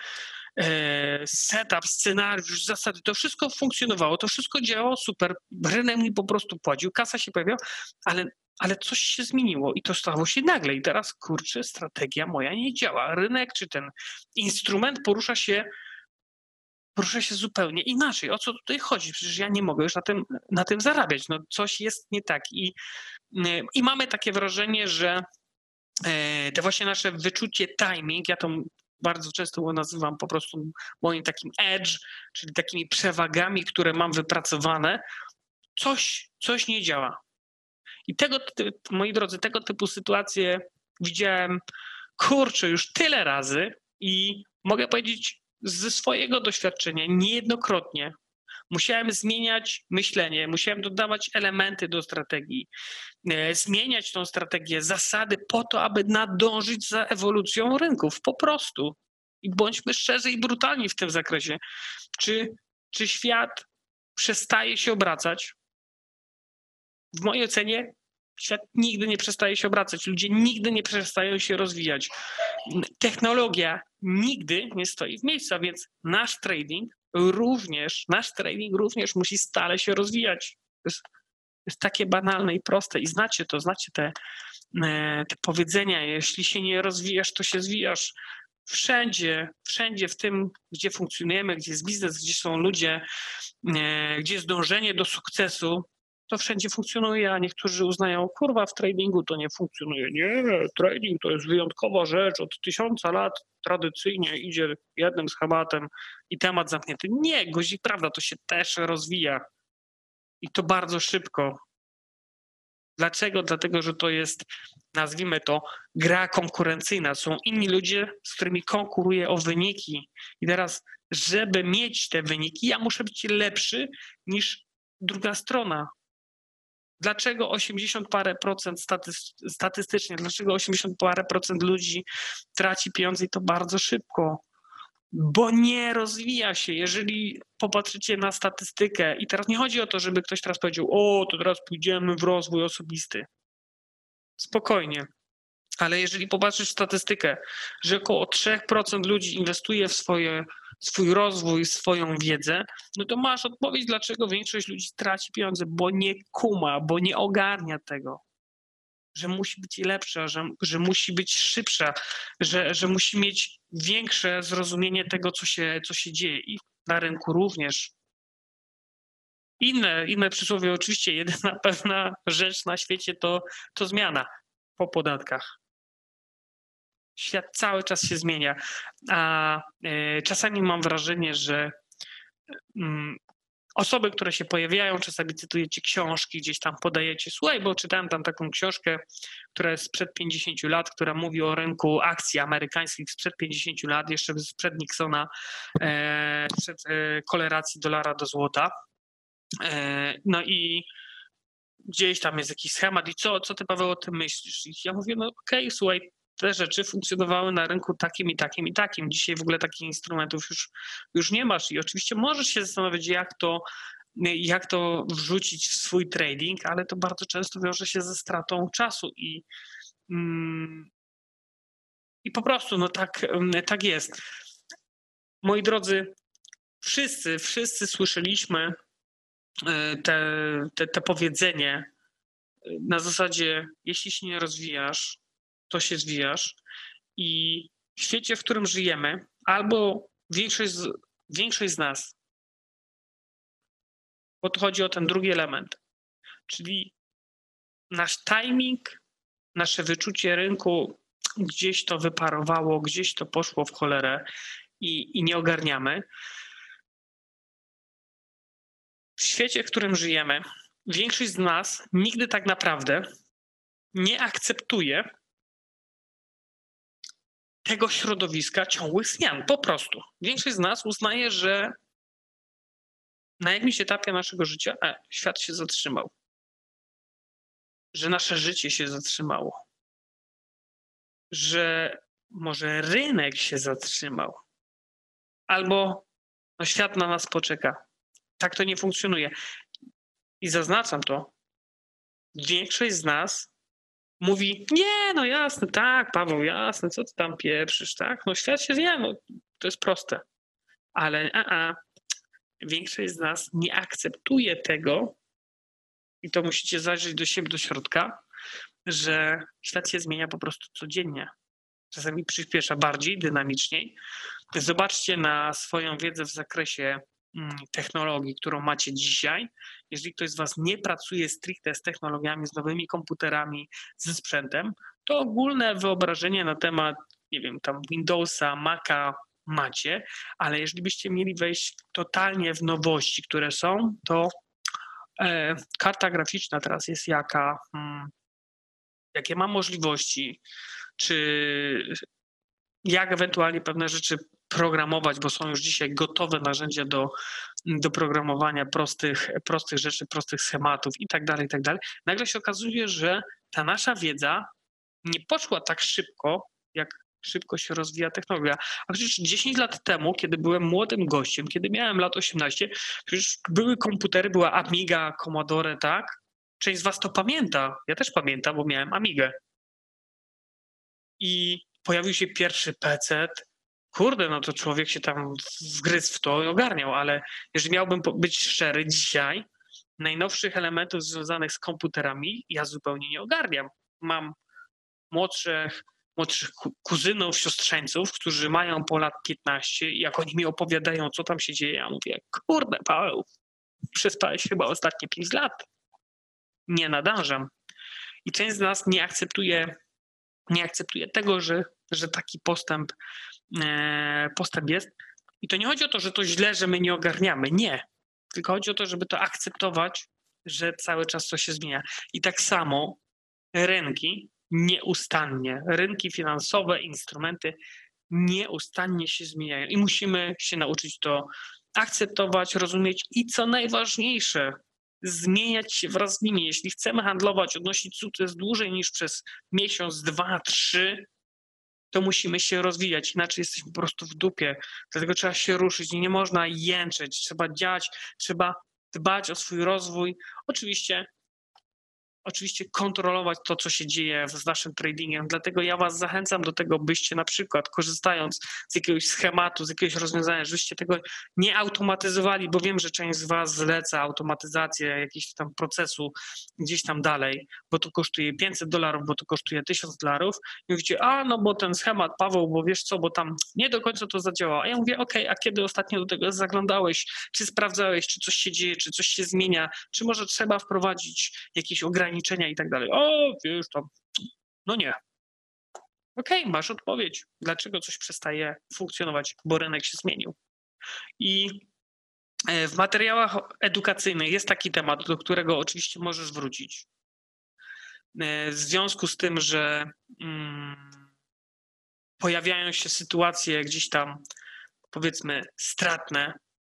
setup, scenariusz, zasady, to wszystko funkcjonowało, to wszystko działało super, rynek mi po prostu płacił, kasa się pojawiała, ale coś się zmieniło i to stało się nagle i teraz, kurczę, strategia moja nie działa. Rynek czy ten instrument porusza się zupełnie inaczej. O co tutaj chodzi? Przecież ja nie mogę już na tym zarabiać. No coś jest nie tak i mamy takie wrażenie, że te właśnie nasze wyczucie timing, ja to bardzo często nazywam po prostu moim takim edge, czyli takimi przewagami, które mam wypracowane, coś nie działa. I moi drodzy, tego typu sytuacje widziałem, kurczę, już tyle razy i mogę powiedzieć ze swojego doświadczenia niejednokrotnie musiałem zmieniać myślenie, musiałem dodawać elementy do strategii, zmieniać tą strategię, zasady po to, aby nadążyć za ewolucją rynków, po prostu. I bądźmy szczerzy i brutalni w tym zakresie. Czy świat przestaje się obracać? W mojej ocenie świat nigdy nie przestaje się obracać. Ludzie nigdy nie przestają się rozwijać. Technologia nigdy nie stoi w miejscu, a więc nasz trading również musi stale się rozwijać. To jest takie banalne i proste i znacie te powiedzenia, jeśli się nie rozwijasz, to się zwijasz. Wszędzie w tym, gdzie funkcjonujemy, gdzie jest biznes, gdzie są ludzie, gdzie jest dążenie do sukcesu, to wszędzie funkcjonuje, a niektórzy uznają, kurwa, w tradingu to nie funkcjonuje. Nie, trading to jest wyjątkowa rzecz, od 1000 lat tradycyjnie idzie jednym schematem i temat zamknięty. Nie, gozik, prawda, to się też rozwija i to bardzo szybko. Dlaczego? Dlatego, że to jest, nazwijmy to, gra konkurencyjna. Są inni ludzie, z którymi konkuruję o wyniki i teraz, żeby mieć te wyniki, ja muszę być lepszy niż druga strona. Dlaczego 80 parę procent statystycznie, dlaczego 80 parę procent ludzi traci pieniądze i to bardzo szybko? Bo nie rozwija się. Jeżeli popatrzycie na statystykę i teraz nie chodzi o to, żeby ktoś teraz powiedział, o, to teraz pójdziemy w rozwój osobisty. Spokojnie. Ale jeżeli popatrzysz statystykę, że około 3% ludzi inwestuje w swój rozwój, swoją wiedzę, no to masz odpowiedź, dlaczego większość ludzi traci pieniądze, bo nie kuma, bo nie ogarnia tego, że musi być lepsza, że musi być szybsza, że musi mieć większe zrozumienie tego, co się dzieje i na rynku również. Inne przysłowie, oczywiście jedyna pewna rzecz na świecie to zmiana po podatkach. Świat cały czas się zmienia, a czasami mam wrażenie, że osoby, które się pojawiają, czasami cytujecie książki, gdzieś tam podajecie, słuchaj, bo czytałem tam taką książkę, która jest sprzed 50 lat, która mówi o rynku akcji amerykańskich sprzed 50 lat, jeszcze sprzed Nixona, przed korelacji dolara do złota. No i gdzieś tam jest jakiś schemat i co ty, Paweł, o tym myślisz? I ja mówię, no okej, słuchaj, te rzeczy funkcjonowały na rynku takim i takim i takim. Dzisiaj w ogóle takich instrumentów już nie masz i oczywiście możesz się zastanowić, jak to wrzucić w swój trading, ale to bardzo często wiąże się ze stratą czasu i po prostu no tak jest. Moi drodzy, wszyscy słyszeliśmy te powiedzenie na zasadzie, jeśli się nie rozwijasz, to się zwijasz i w świecie, w którym żyjemy, albo większość z nas, bo to chodzi o ten drugi element, czyli nasz timing, nasze wyczucie rynku, gdzieś to wyparowało, gdzieś to poszło w cholerę i nie ogarniamy. W świecie, w którym żyjemy, większość z nas nigdy tak naprawdę nie akceptuje tego środowiska ciągłych zmian. Po prostu. Większość z nas uznaje, że na jakimś etapie naszego życia świat się zatrzymał. Że nasze życie się zatrzymało. Że może rynek się zatrzymał. Albo świat na nas poczeka. Tak to nie funkcjonuje. I zaznaczam to. Większość z nas mówi, nie, no jasne, tak, Paweł, jasne, co ty tam pieprzysz, tak? No świat się zmienia, no, to jest proste. Ale większość z nas nie akceptuje tego, i to musicie zajrzeć do siebie, do środka, że świat się zmienia po prostu codziennie. Czasami przyspiesza bardziej, dynamiczniej. Zobaczcie na swoją wiedzę w zakresie technologii, którą macie dzisiaj. Jeżeli ktoś z was nie pracuje stricte z technologiami, z nowymi komputerami, ze sprzętem, to ogólne wyobrażenie na temat, nie wiem, tam Windowsa, Maca macie, ale jeżeli byście mieli wejść totalnie w nowości, które są, to karta graficzna teraz jest jaka, jakie ma możliwości, czy jak ewentualnie pewne rzeczy programować, bo są już dzisiaj gotowe narzędzia do programowania prostych rzeczy, prostych schematów i tak dalej, nagle się okazuje, że ta nasza wiedza nie poszła tak szybko, jak szybko się rozwija technologia. A przecież 10 lat temu, kiedy byłem młodym gościem, kiedy miałem lat 18, przecież były komputery, była Amiga, Commodore, tak? Część z was to pamięta. Ja też pamiętam, bo miałem Amigę. I pojawił się pierwszy PC. Kurde, no to człowiek się tam wgryzł w to i ogarniał, ale jeżeli miałbym być szczery, dzisiaj najnowszych elementów związanych z komputerami ja zupełnie nie ogarniam. Mam młodszych kuzynów, siostrzeńców, którzy mają po lat 15 i jak oni mi opowiadają, co tam się dzieje, ja mówię, kurde, Paweł, przespałeś chyba ostatnie 5 lat. Nie nadążam. I część z nas nie akceptuje tego, że taki postęp jest. I to nie chodzi o to, że to źle, że my nie ogarniamy. Nie. Tylko chodzi o to, żeby to akceptować, że cały czas to się zmienia. I tak samo rynki finansowe, instrumenty nieustannie się zmieniają. I musimy się nauczyć to akceptować, rozumieć i co najważniejsze, zmieniać się wraz z nimi. Jeśli chcemy handlować, odnosić sukces dłużej niż przez miesiąc, 2, 3, to musimy się rozwijać, inaczej jesteśmy po prostu w dupie. Dlatego trzeba się ruszyć, nie można jęczeć, trzeba działać, trzeba dbać o swój rozwój. Oczywiście kontrolować to, co się dzieje z naszym tradingiem. Dlatego ja was zachęcam do tego, byście na przykład korzystając z jakiegoś schematu, z jakiegoś rozwiązania, żebyście tego nie automatyzowali, bo wiem, że część z was zleca automatyzację jakiegoś tam procesu gdzieś tam dalej, bo to kosztuje $500, bo to kosztuje $1000 i mówicie, no bo ten schemat, Paweł, bo wiesz co, bo tam nie do końca to zadziała. A ja mówię, okej, a kiedy ostatnio do tego zaglądałeś, czy sprawdzałeś, czy coś się dzieje, czy coś się zmienia, czy może trzeba wprowadzić jakieś ograniczenia i tak dalej. Wiesz tam, no nie. Okej, masz odpowiedź. Dlaczego coś przestaje funkcjonować? Bo rynek się zmienił. I w materiałach edukacyjnych jest taki temat, do którego oczywiście możesz wrócić. W związku z tym, że pojawiają się sytuacje gdzieś tam, powiedzmy, stratne,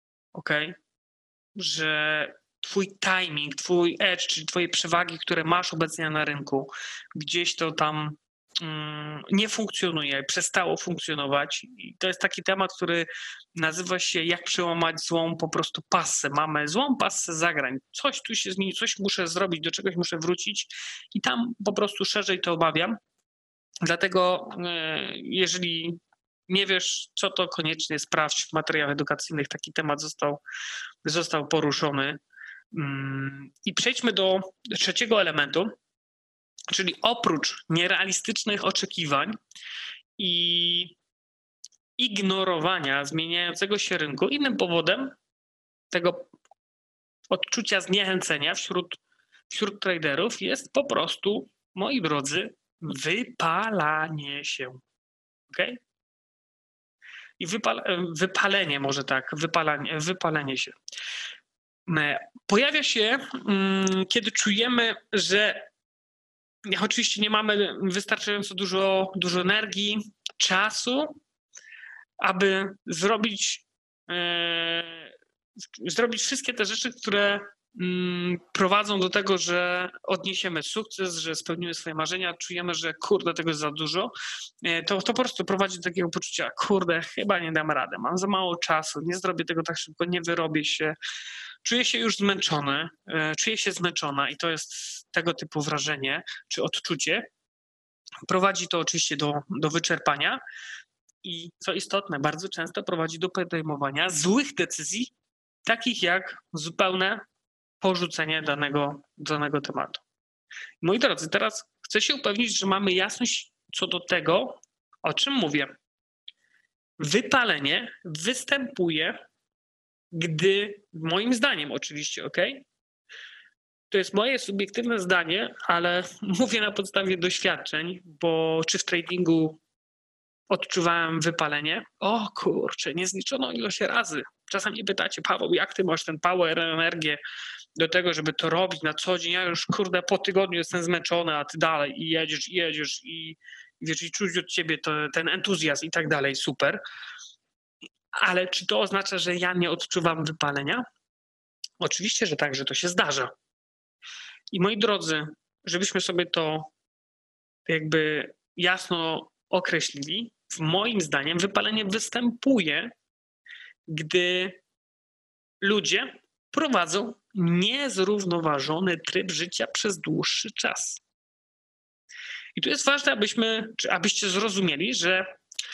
że twój timing, twój edge, czyli twoje przewagi, które masz obecnie na rynku, gdzieś to tam nie funkcjonuje, przestało funkcjonować. I to jest taki temat, który nazywa się jak przełamać złą po prostu passę. Mamy złą passę zagrań. Coś tu się zmieni, coś muszę zrobić, do czegoś muszę wrócić i tam po prostu szerzej to obawiam. Dlatego jeżeli nie wiesz, co to, koniecznie sprawdź w materiałach edukacyjnych. Taki temat został poruszony. I przejdźmy do trzeciego elementu, czyli oprócz nierealistycznych oczekiwań i ignorowania zmieniającego się rynku, innym powodem tego odczucia zniechęcenia wśród traderów jest po prostu, moi drodzy, wypalanie się. Okay? I wypalenie, może tak, wypalenie się. pojawia się, kiedy czujemy, że oczywiście nie mamy wystarczająco dużo energii, czasu, aby zrobić wszystkie te rzeczy, które prowadzą do tego, że odniesiemy sukces, że spełnimy swoje marzenia, czujemy, że kurde, tego jest za dużo, to po prostu prowadzi do takiego poczucia, kurde, chyba nie dam rady, mam za mało czasu, nie zrobię tego tak szybko, nie wyrobię się, czuję się już zmęczony, czuję się zmęczona i to jest tego typu wrażenie czy odczucie. Prowadzi to oczywiście do wyczerpania i co istotne, bardzo często prowadzi do podejmowania złych decyzji, takich jak zupełne porzucenie danego tematu. Moi drodzy, teraz chcę się upewnić, że mamy jasność co do tego, o czym mówię. Wypalenie występuje, gdy, moim zdaniem oczywiście, ok? To jest moje subiektywne zdanie, ale mówię na podstawie doświadczeń, bo czy w tradingu odczuwałem wypalenie? O kurczę, niezliczoną ilość razy. Czasami pytacie, Paweł, jak ty masz ten power, energię do tego, żeby to robić na co dzień? Ja już, kurde, po tygodniu jestem zmęczony, a ty dalej i jedziesz i wiesz, i czuć od ciebie ten entuzjazm i tak dalej, super. Ale czy to oznacza, że ja nie odczuwam wypalenia? Oczywiście, że tak, że to się zdarza. I moi drodzy, żebyśmy sobie to jakby jasno określili, moim zdaniem wypalenie występuje, gdy ludzie prowadzą niezrównoważony tryb życia przez dłuższy czas. I tu jest ważne, abyście zrozumieli, że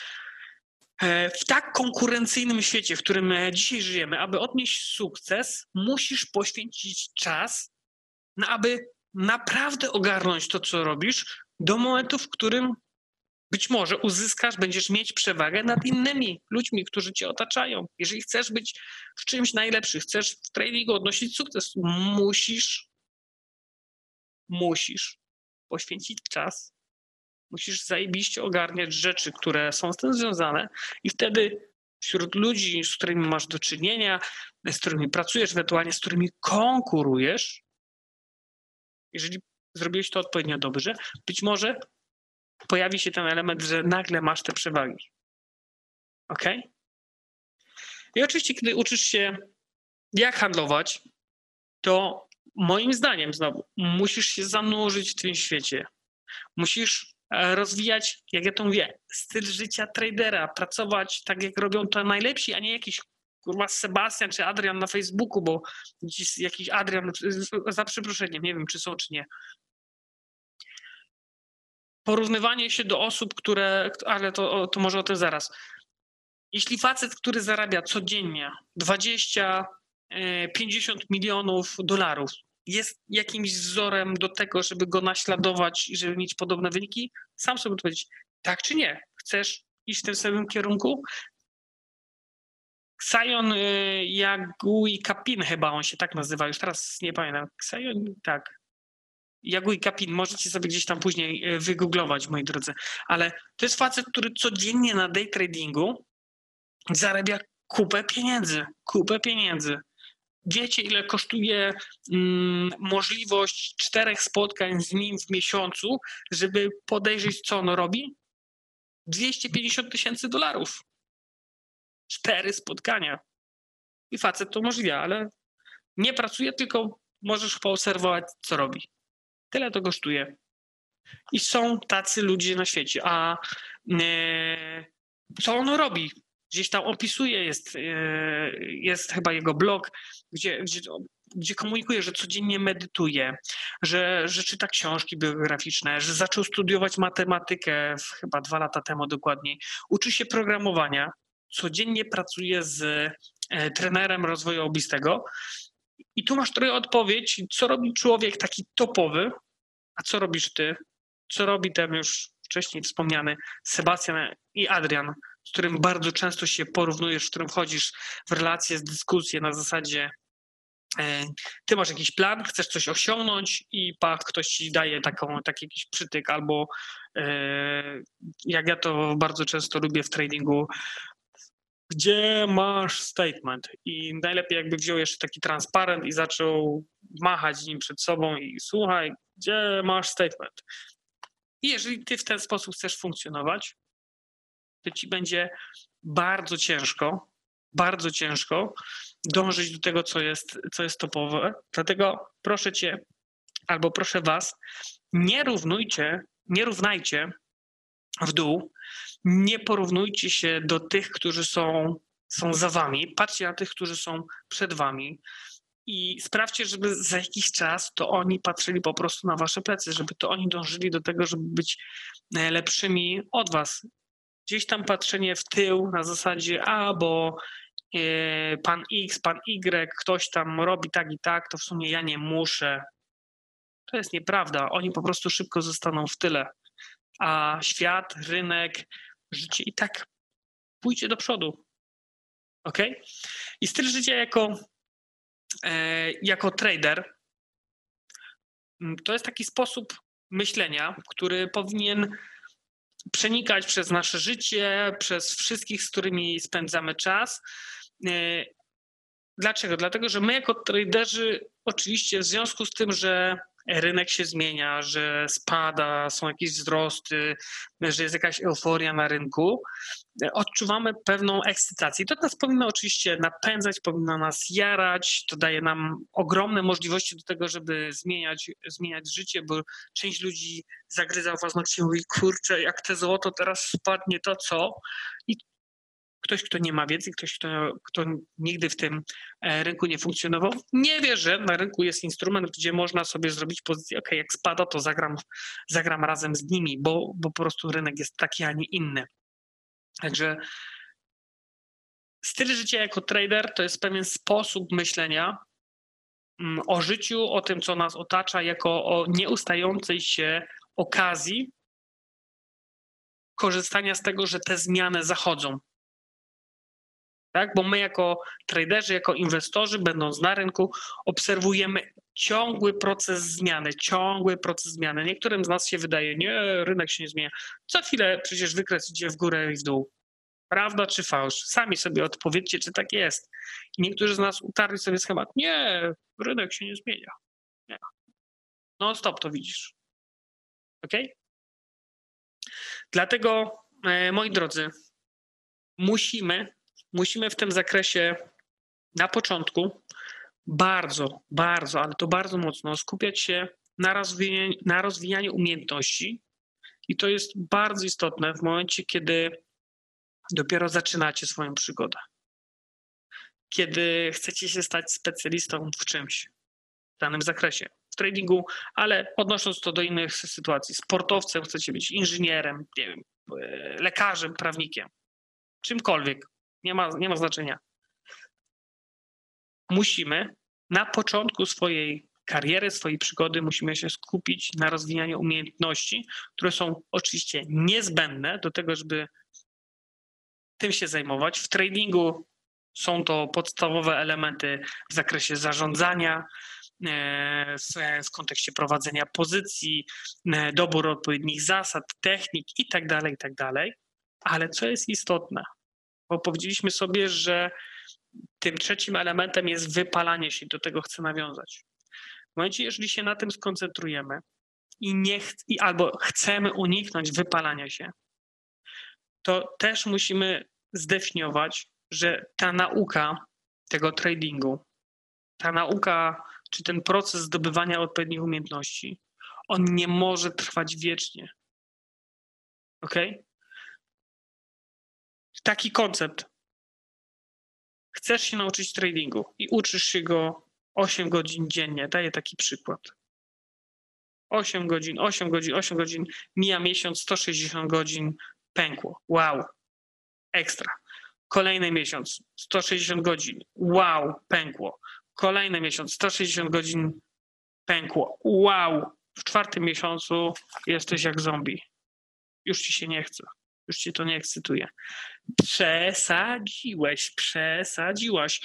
w tak konkurencyjnym świecie, w którym dzisiaj żyjemy, aby odnieść sukces, musisz poświęcić czas, aby naprawdę ogarnąć to, co robisz, do momentu, w którym być może będziesz mieć przewagę nad innymi ludźmi, którzy cię otaczają. Jeżeli chcesz być w czymś najlepszy, chcesz w tradingu odnosić sukces, musisz poświęcić czas, musisz zajebiście ogarniać rzeczy, które są z tym związane i wtedy wśród ludzi, z którymi masz do czynienia, z którymi pracujesz, ewentualnie z którymi konkurujesz, jeżeli zrobiłeś to odpowiednio dobrze, być może pojawi się ten element, że nagle masz te przewagi. Ok? I oczywiście, kiedy uczysz się, jak handlować, to moim zdaniem znowu musisz się zanurzyć w tym świecie. Musisz rozwijać, jak ja to mówię, styl życia tradera, pracować tak, jak robią to najlepsi, a nie jakiś kurwa Sebastian czy Adrian na Facebooku, bo jakiś Adrian, za przeproszeniem, nie wiem, czy są, czy nie. Porównywanie się do osób, ale to może o tym zaraz. Jeśli facet, który zarabia codziennie 20-50 milionów dolarów, jest jakimś wzorem do tego, żeby go naśladować i żeby mieć podobne wyniki, sam sobie odpowiedzieć, tak czy nie? Chcesz iść w tym samym kierunku? Xion Yagui Kapin chyba on się tak nazywa, już teraz nie pamiętam. Xion, tak. Yagui Kapin, możecie sobie gdzieś tam później wygooglować, moi drodzy. Ale to jest facet, który codziennie na day tradingu zarabia kupę pieniędzy. Wiecie, ile kosztuje możliwość 4 spotkań z nim w miesiącu, żeby podejrzeć, co on robi? $250 000. 4 spotkania. I facet to umożliwia, ale nie pracuje, tylko możesz poobserwować, co robi. Tyle to kosztuje. I są tacy ludzie na świecie. A co on robi? Gdzieś tam opisuje, jest chyba jego blog, gdzie komunikuje, że codziennie medytuje, że czyta książki biograficzne, że zaczął studiować matematykę chyba 2 lata temu dokładniej. Uczy się programowania, codziennie pracuje z trenerem rozwoju osobistego. I tu masz trochę odpowiedź, co robi człowiek taki topowy, a co robisz ty? Co robi ten już wcześniej wspomniany Sebastian i Adrian, z którym bardzo często się porównujesz, w którym wchodzisz w relacje, z dyskusje na zasadzie ty masz jakiś plan, chcesz coś osiągnąć i ktoś ci daje taki jakiś przytyk albo jak ja to bardzo często lubię w tradingu, gdzie masz statement? I najlepiej jakby wziął jeszcze taki transparent i zaczął machać nim przed sobą i słuchaj, gdzie masz statement? I jeżeli ty w ten sposób chcesz funkcjonować, to ci będzie bardzo ciężko dążyć do tego, co jest topowe. Dlatego proszę cię, albo proszę was, nie równajcie w dół, nie porównujcie się do tych, którzy są za wami, patrzcie na tych, którzy są przed wami i sprawdźcie, żeby za jakiś czas to oni patrzyli po prostu na wasze plecy, żeby to oni dążyli do tego, żeby być lepszymi od was. Gdzieś tam patrzenie w tył na zasadzie, bo pan X, pan Y, ktoś tam robi tak i tak, to w sumie ja nie muszę. To jest nieprawda. Oni po prostu szybko zostaną w tyle. A świat, rynek, życie i tak pójdzie do przodu. Ok? I styl życia jako trader to jest taki sposób myślenia, który powinien przenikać przez nasze życie, przez wszystkich, z którymi spędzamy czas. Dlaczego? Dlatego, że my jako traderzy oczywiście w związku z tym, że rynek się zmienia, że spada, są jakieś wzrosty, że jest jakaś euforia na rynku, odczuwamy pewną ekscytację. To nas powinno oczywiście napędzać, powinno nas jarać, to daje nam ogromne możliwości do tego, żeby zmieniać życie, bo część ludzi zagryza paznokcie i mówi, kurczę, jak te złoto teraz spadnie, to co? I ktoś, kto nie ma wiedzy, ktoś, kto nigdy w tym rynku nie funkcjonował, nie wie, że na rynku jest instrument, gdzie można sobie zrobić pozycję, ok, jak spada, to zagram razem z nimi, bo po prostu rynek jest taki, a nie inny. Także styl życia jako trader to jest pewien sposób myślenia o życiu, o tym, co nas otacza, jako o nieustającej się okazji korzystania z tego, że te zmiany zachodzą. Tak? Bo my jako traderzy, jako inwestorzy, będąc na rynku, obserwujemy ciągły proces zmiany. Niektórym z nas się wydaje, nie, rynek się nie zmienia. Co chwilę przecież wykres idzie w górę i w dół. Prawda czy fałsz? Sami sobie odpowiedzcie, czy tak jest. I niektórzy z nas utarli sobie schemat. Nie, rynek się nie zmienia. Nie. No stop, to widzisz. Ok? Dlatego, moi drodzy, musimy w tym zakresie na początku bardzo, ale to bardzo mocno skupiać się na rozwijaniu umiejętności i to jest bardzo istotne w momencie, kiedy dopiero zaczynacie swoją przygodę. Kiedy chcecie się stać specjalistą w czymś, w danym zakresie, w tradingu, ale odnosząc to do innych sytuacji, sportowcem chcecie być, inżynierem, nie wiem, lekarzem, prawnikiem, czymkolwiek, nie ma znaczenia. Musimy na początku swojej kariery, swojej przygody musimy się skupić na rozwijaniu umiejętności, które są oczywiście niezbędne do tego, żeby tym się zajmować. W tradingu są to podstawowe elementy w zakresie zarządzania, w kontekście prowadzenia pozycji, dobór odpowiednich zasad, technik itd. Ale co jest istotne, bo powiedzieliśmy sobie, że tym trzecim elementem jest wypalanie się, do tego chcę nawiązać. W momencie, jeżeli się na tym skoncentrujemy albo chcemy uniknąć wypalania się, to też musimy zdefiniować, że ta nauka tego tradingu, ta nauka czy ten proces zdobywania odpowiednich umiejętności, on nie może trwać wiecznie. Ok? Taki koncept. Chcesz się nauczyć tradingu i uczysz się go 8 godzin dziennie. Daję taki przykład. 8 godzin, mija miesiąc, 160 godzin, pękło. Wow, ekstra. Kolejny miesiąc, 160 godzin, wow, pękło. Kolejny miesiąc, 160 godzin, pękło. Wow, w 4. miesiącu jesteś jak zombie. Już ci się nie chce. Już cię to nie ekscytuje. Przesadziłaś.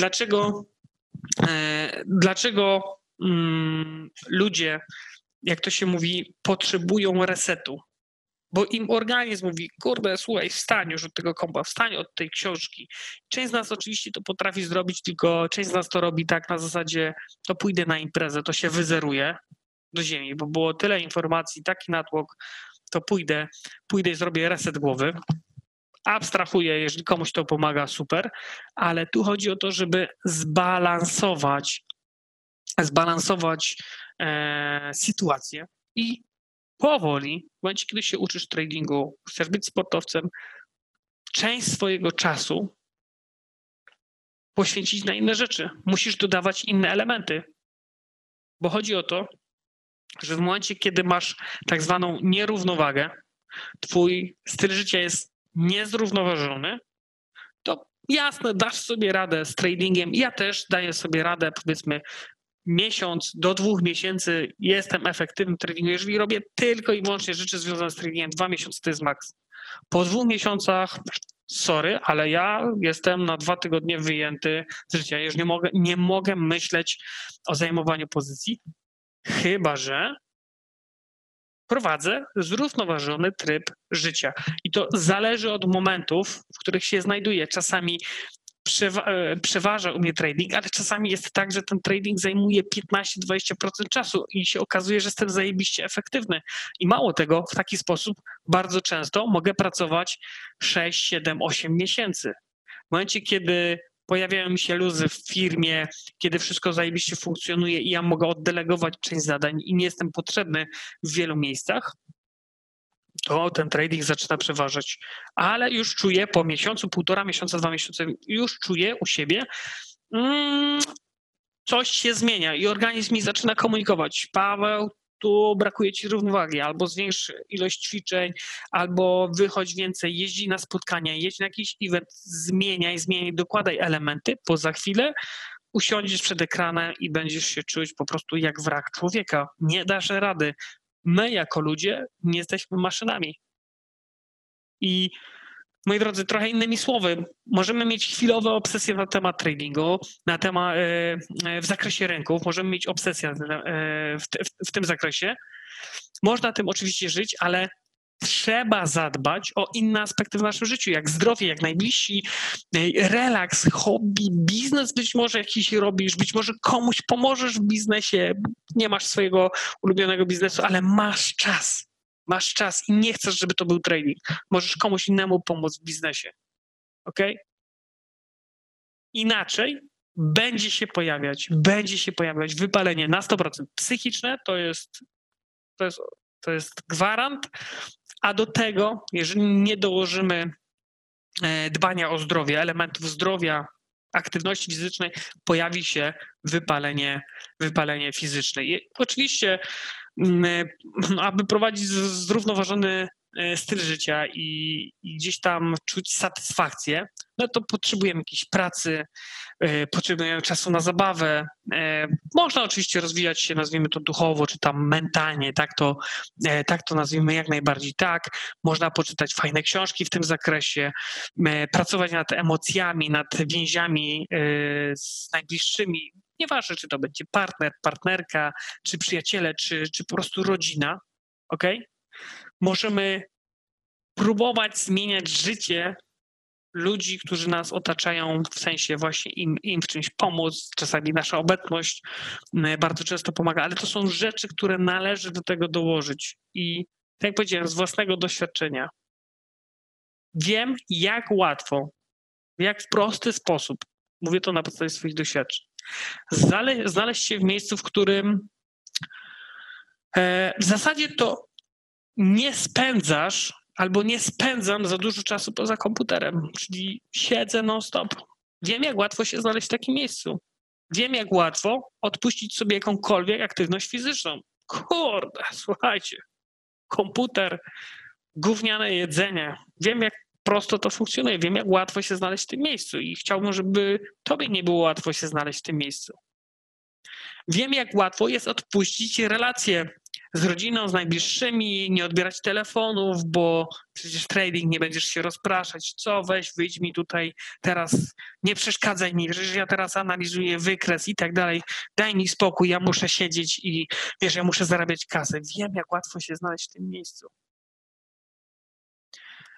Dlaczego ludzie, jak to się mówi, potrzebują resetu? Bo im organizm mówi, kurde, słuchaj, wstań już od tego kompa, wstań od tej książki. Część z nas oczywiście to potrafi zrobić, tylko część z nas to robi tak na zasadzie, to pójdę na imprezę, to się wyzeruje do ziemi, bo było tyle informacji, taki natłok, to pójdę i zrobię reset głowy. Abstrahuję, jeżeli komuś to pomaga, super, ale tu chodzi o to, żeby zbalansować sytuację i powoli, w momencie, kiedy się uczysz tradingu, chcesz być sportowcem, część swojego czasu poświęcić na inne rzeczy. Musisz dodawać inne elementy, bo chodzi o to, że w momencie, kiedy masz tak zwaną nierównowagę, twój styl życia jest niezrównoważony, to jasne, dasz sobie radę z tradingiem. Ja też daję sobie radę, powiedzmy, miesiąc do 2 miesięcy jestem efektywnym tradingu. Jeżeli robię tylko i wyłącznie rzeczy związane z tradingiem, 2 miesiące to jest maks. Po 2 miesiącach, sorry, ale ja jestem na 2 tygodnie wyjęty z życia. Już nie mogę myśleć o zajmowaniu pozycji, chyba że prowadzę zrównoważony tryb życia. I to zależy od momentów, w których się znajduję. Czasami przeważa u mnie trading, ale czasami jest tak, że ten trading zajmuje 15-20% czasu i się okazuje, że jestem zajebiście efektywny. I mało tego, w taki sposób bardzo często mogę pracować 6, 7, 8 miesięcy. W momencie, kiedy pojawiają mi się luzy w firmie, kiedy wszystko zajebiście funkcjonuje i ja mogę oddelegować część zadań i nie jestem potrzebny w wielu miejscach, to ten trading zaczyna przeważać. Ale już czuję po miesiącu, 1,5 miesiąca, 2 miesiące, już czuję u siebie, coś się zmienia i organizm mi zaczyna komunikować. Paweł, tu brakuje ci równowagi, albo zwiększ ilość ćwiczeń, albo wychodź więcej, jeździ na spotkania, jedź na jakiś event, zmieniaj, dokładaj elementy, bo za chwilę usiądziesz przed ekranem i będziesz się czuć po prostu jak wrak człowieka. Nie dasz rady. My jako ludzie nie jesteśmy maszynami. I moi drodzy, trochę innymi słowy, możemy mieć chwilowe obsesje na temat tradingu, w zakresie rynków, możemy mieć obsesję w tym zakresie. Można tym oczywiście żyć, ale trzeba zadbać o inne aspekty w naszym życiu, jak zdrowie, jak najbliżsi, relaks, hobby, biznes być może jakiś robisz, być może komuś pomożesz w biznesie, nie masz swojego ulubionego biznesu, ale masz czas i nie chcesz, żeby to był trading. Możesz komuś innemu pomóc w biznesie, ok? Inaczej będzie się pojawiać wypalenie na 100% psychiczne, to jest gwarant, a do tego, jeżeli nie dołożymy dbania o zdrowie, elementów zdrowia, aktywności fizycznej, pojawi się wypalenie fizyczne. I oczywiście, aby prowadzić zrównoważony styl życia i gdzieś tam czuć satysfakcję, no to potrzebujemy jakiejś pracy, potrzebujemy czasu na zabawę. Można oczywiście rozwijać się, nazwijmy to duchowo, czy tam mentalnie, tak to nazwijmy jak najbardziej tak. Można poczytać fajne książki w tym zakresie, pracować nad emocjami, nad więziami z najbliższymi. Nieważne, czy to będzie partner, partnerka, czy przyjaciele, czy po prostu rodzina, ok? Możemy próbować zmieniać życie ludzi, którzy nas otaczają, w sensie właśnie im w czymś pomóc. Czasami nasza obecność bardzo często pomaga, ale to są rzeczy, które należy do tego dołożyć. I tak jak powiedziałem, z własnego doświadczenia wiem, jak łatwo, jak w prosty sposób, mówię to na podstawie swoich doświadczeń, znaleźć się w miejscu, w którym w zasadzie to nie spędzasz albo nie spędzam za dużo czasu poza komputerem, czyli siedzę non-stop. Wiem, jak łatwo się znaleźć w takim miejscu. Wiem, jak łatwo odpuścić sobie jakąkolwiek aktywność fizyczną. Kurde, słuchajcie, komputer, gówniane jedzenie. Wiem, jak prosto to funkcjonuje. Wiem, jak łatwo się znaleźć w tym miejscu i chciałbym, żeby tobie nie było łatwo się znaleźć w tym miejscu. Wiem, jak łatwo jest odpuścić relacje z rodziną, z najbliższymi, nie odbierać telefonów, bo przecież trading, nie będziesz się rozpraszać. Co, weź, wyjdź mi tutaj teraz, nie przeszkadzaj mi, że ja teraz analizuję wykres i tak dalej. Daj mi spokój, ja muszę siedzieć i wiesz, ja muszę zarabiać kasę. Wiem, jak łatwo się znaleźć w tym miejscu.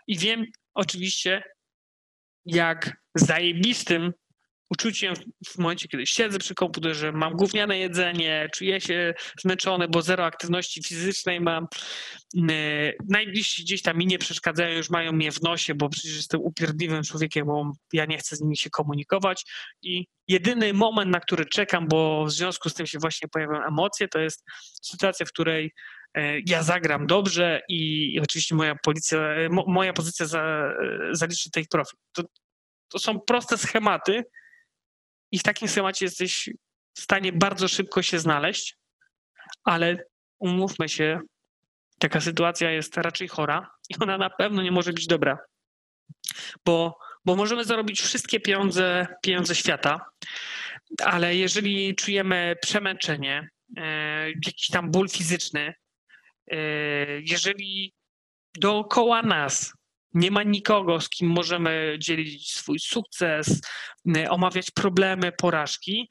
I wiem oczywiście, jak zajebistym uczuciem w momencie, kiedy siedzę przy komputerze, mam gówniane jedzenie, czuję się zmęczony, bo zero aktywności fizycznej mam. Najbliżsi gdzieś tam mi nie przeszkadzają, już mają mnie w nosie, bo przecież jestem upierdliwym człowiekiem, bo ja nie chcę z nimi się komunikować. I jedyny moment, na który czekam, bo w związku z tym się właśnie pojawiają emocje, to jest sytuacja, w której ja zagram dobrze i oczywiście moja pozycja zaliczy take profit. To są proste schematy i w takim schemacie jesteś w stanie bardzo szybko się znaleźć, ale umówmy się, taka sytuacja jest raczej chora i ona na pewno nie może być dobra, bo możemy zarobić wszystkie pieniądze świata, ale jeżeli czujemy przemęczenie, jakiś tam ból fizyczny, jeżeli dookoła nas nie ma nikogo, z kim możemy dzielić swój sukces, omawiać problemy, porażki,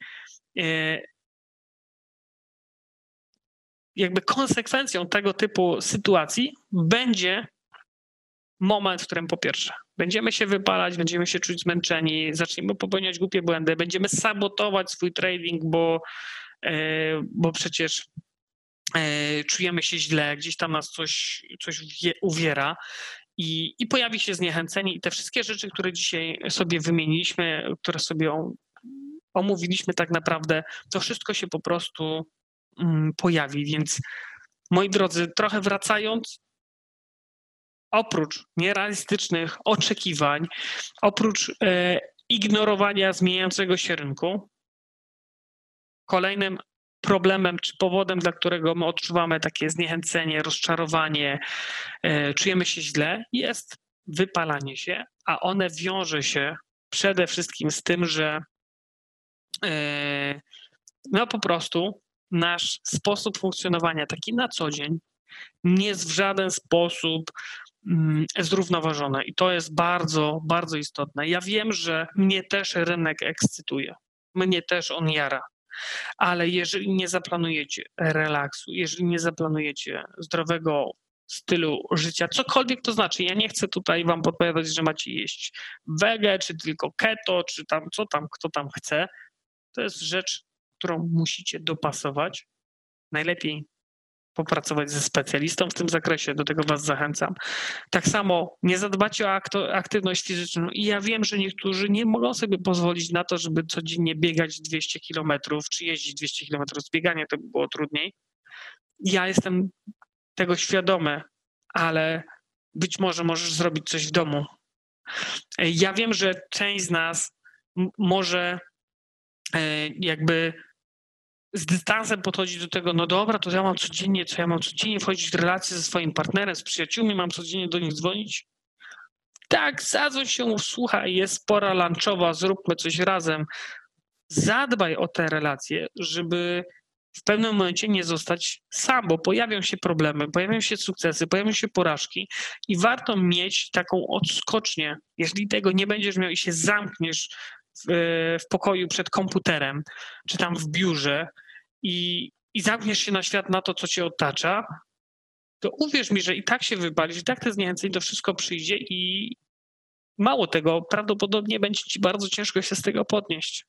jakby konsekwencją tego typu sytuacji będzie moment, w którym po pierwsze będziemy się wypalać, będziemy się czuć zmęczeni, zaczniemy popełniać głupie błędy, będziemy sabotować swój trading, bo przecież czujemy się źle, gdzieś tam nas coś uwiera i pojawi się zniechęcenie i te wszystkie rzeczy, które dzisiaj sobie wymieniliśmy, które sobie omówiliśmy tak naprawdę, to wszystko się po prostu pojawi, więc moi drodzy, trochę wracając, oprócz nierealistycznych oczekiwań, oprócz ignorowania zmieniającego się rynku, kolejnym problemem czy powodem, dla którego my odczuwamy takie zniechęcenie, rozczarowanie, czujemy się źle, jest wypalanie się, a one wiąże się przede wszystkim z tym, że no po prostu nasz sposób funkcjonowania taki na co dzień nie jest w żaden sposób zrównoważony i to jest bardzo, bardzo istotne. Ja wiem, że mnie też rynek ekscytuje, mnie też on jara, ale jeżeli nie zaplanujecie relaksu, jeżeli nie zaplanujecie zdrowego stylu życia, cokolwiek to znaczy, ja nie chcę tutaj wam podpowiadać, że macie jeść wege, czy tylko keto, czy tam co tam, kto tam chce, to jest rzecz, którą musicie dopasować. Najlepiej popracować ze specjalistą w tym zakresie, do tego was zachęcam. Tak samo nie zadbacie o aktywność fizyczną i ja wiem, że niektórzy nie mogą sobie pozwolić na to, żeby codziennie biegać 200 km, czy jeździć 200 km z biegania, to by było trudniej. Ja jestem tego świadomy, ale być może możesz zrobić coś w domu. Ja wiem, że część z nas może jakby z dystansem podchodzić do tego, no dobra, to ja mam codziennie wchodzić w relacje ze swoim partnerem, z przyjaciółmi, mam codziennie do nich dzwonić. Tak, zadzwoń się, słuchaj, jest pora lunchowa, zróbmy coś razem. Zadbaj o te relacje, żeby w pewnym momencie nie zostać sam, bo pojawią się problemy, pojawią się sukcesy, pojawią się porażki i warto mieć taką odskocznię. Jeżeli tego nie będziesz miał i się zamkniesz w pokoju przed komputerem, czy tam w biurze i zamkniesz się na świat, na to, co cię otacza, to uwierz mi, że i tak się wypalisz, i tak te zniechęcenie, to wszystko przyjdzie i mało tego, prawdopodobnie będzie ci bardzo ciężko się z tego podnieść.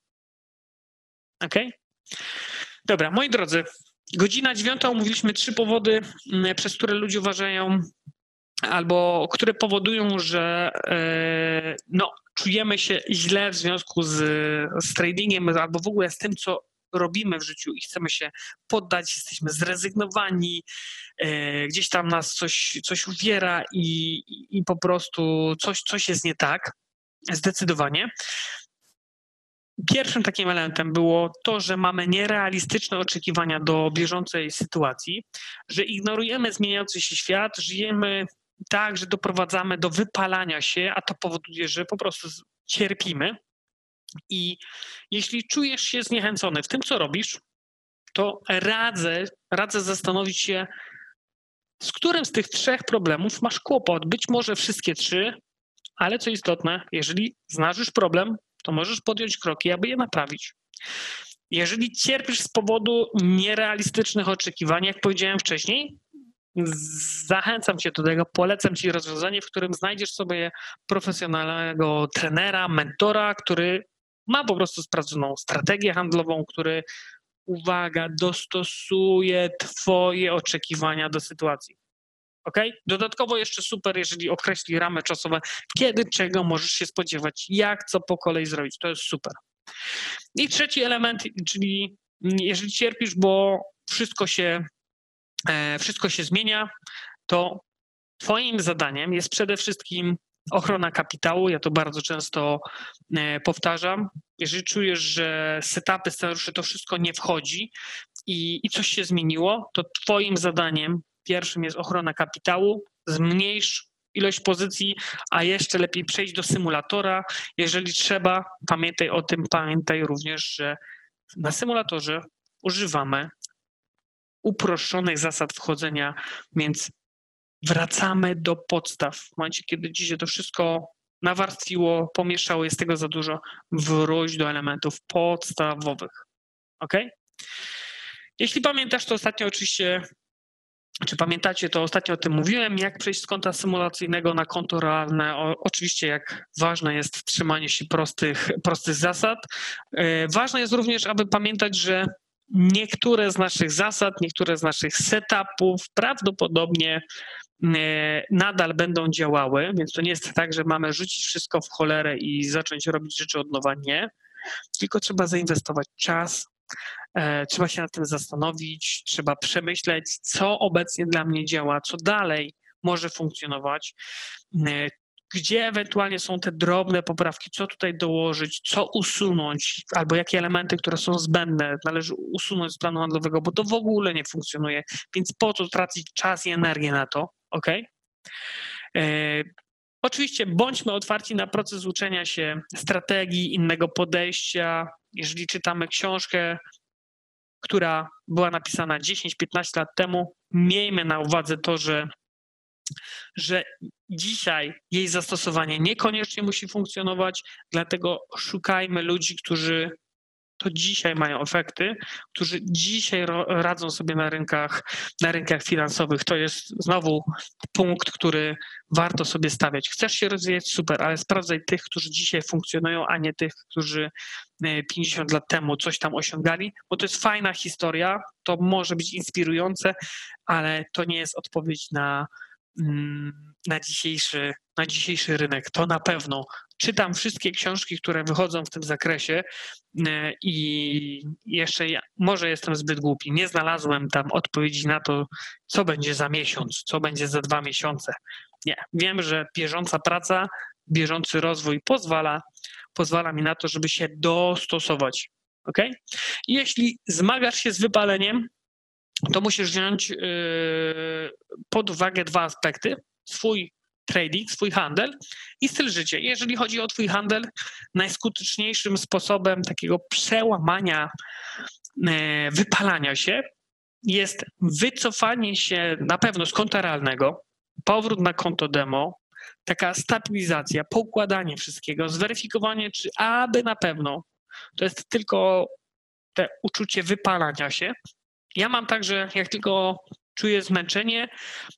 Okej? Dobra, moi drodzy, 9:09, omówiliśmy 3 powody, przez które ludzie uważają, albo które powodują, że czujemy się źle w związku z tradingiem, albo w ogóle z tym, co robimy w życiu i chcemy się poddać, jesteśmy zrezygnowani, gdzieś tam nas coś uwiera i po prostu coś jest nie tak, zdecydowanie. Pierwszym takim elementem było to, że mamy nierealistyczne oczekiwania do bieżącej sytuacji, że ignorujemy zmieniający się świat, żyjemy tak, że doprowadzamy do wypalania się, a to powoduje, że po prostu cierpimy. I jeśli czujesz się zniechęcony w tym, co robisz, to radzę zastanowić się, z którym z tych 3 problemów masz kłopot. Być może wszystkie 3, ale co istotne, jeżeli znasz już problem, to możesz podjąć kroki, aby je naprawić. Jeżeli cierpisz z powodu nierealistycznych oczekiwań, jak powiedziałem wcześniej, Zachęcam cię do tego, polecam ci rozwiązanie, w którym znajdziesz sobie profesjonalnego trenera, mentora, który ma po prostu sprawdzoną strategię handlową, który, uwaga, dostosuje twoje oczekiwania do sytuacji. Ok? Dodatkowo jeszcze super, jeżeli określi ramy czasowe, kiedy, czego możesz się spodziewać, jak, co po kolei zrobić. To jest super. I trzeci element, czyli jeżeli cierpisz, bo wszystko się zmienia, to twoim zadaniem jest przede wszystkim ochrona kapitału. Ja to bardzo często powtarzam. Jeżeli czujesz, że setupy, scenariusze, to wszystko nie wchodzi i coś się zmieniło, to twoim zadaniem pierwszym jest ochrona kapitału. Zmniejsz ilość pozycji, a jeszcze lepiej przejść do symulatora. Jeżeli trzeba, pamiętaj o tym, pamiętaj również, że na symulatorze używamy uproszczonych zasad wchodzenia, więc wracamy do podstaw. W momencie, kiedy dzisiaj to wszystko nawarstwiło, pomieszało, jest tego za dużo, wróć do elementów podstawowych. Ok? Jeśli pamiętasz, to ostatnio oczywiście, czy pamiętacie, to ostatnio o tym mówiłem, jak przejść z konta symulacyjnego na konto realne. Oczywiście jak ważne jest trzymanie się prostych zasad. Ważne jest również, aby pamiętać, że niektóre z naszych zasad, niektóre z naszych setupów prawdopodobnie nadal będą działały, więc to nie jest tak, że mamy rzucić wszystko w cholerę i zacząć robić rzeczy od nowa. Nie, tylko trzeba zainwestować czas, trzeba się nad tym zastanowić, trzeba przemyśleć, co obecnie dla mnie działa, co dalej może funkcjonować, gdzie ewentualnie są te drobne poprawki, co tutaj dołożyć, co usunąć, albo jakie elementy, które są zbędne, należy usunąć z planu handlowego, bo to w ogóle nie funkcjonuje, więc po co tracić czas i energię na to, ok? Oczywiście bądźmy otwarci na proces uczenia się strategii, innego podejścia. Jeżeli czytamy książkę, która była napisana 10-15 lat temu, miejmy na uwadze to, że dzisiaj jej zastosowanie niekoniecznie musi funkcjonować, dlatego szukajmy ludzi, którzy to dzisiaj mają efekty, którzy dzisiaj radzą sobie na rynkach finansowych. To jest znowu punkt, który warto sobie stawiać. Chcesz się rozwijać? Super, ale sprawdzaj tych, którzy dzisiaj funkcjonują, a nie tych, którzy 50 lat temu coś tam osiągali, bo to jest fajna historia, to może być inspirujące, ale to nie jest odpowiedź na dzisiejszy rynek. To na pewno. Czytam wszystkie książki, które wychodzą w tym zakresie i jeszcze może jestem zbyt głupi. Nie znalazłem tam odpowiedzi na to, co będzie za miesiąc, co będzie za 2 miesiące. Nie. Wiem, że bieżąca praca, bieżący rozwój pozwala mi na to, żeby się dostosować. Okay? I jeśli zmagasz się z wypaleniem, to musisz wziąć pod uwagę 2 aspekty. Swój trading, swój handel i styl życia. Jeżeli chodzi o twój handel, najskuteczniejszym sposobem takiego przełamania wypalania się jest wycofanie się na pewno z konta realnego, powrót na konto demo, taka stabilizacja, poukładanie wszystkiego, zweryfikowanie, czy aby na pewno to jest tylko te uczucie wypalania się. Ja mam tak, że jak tylko czuję zmęczenie,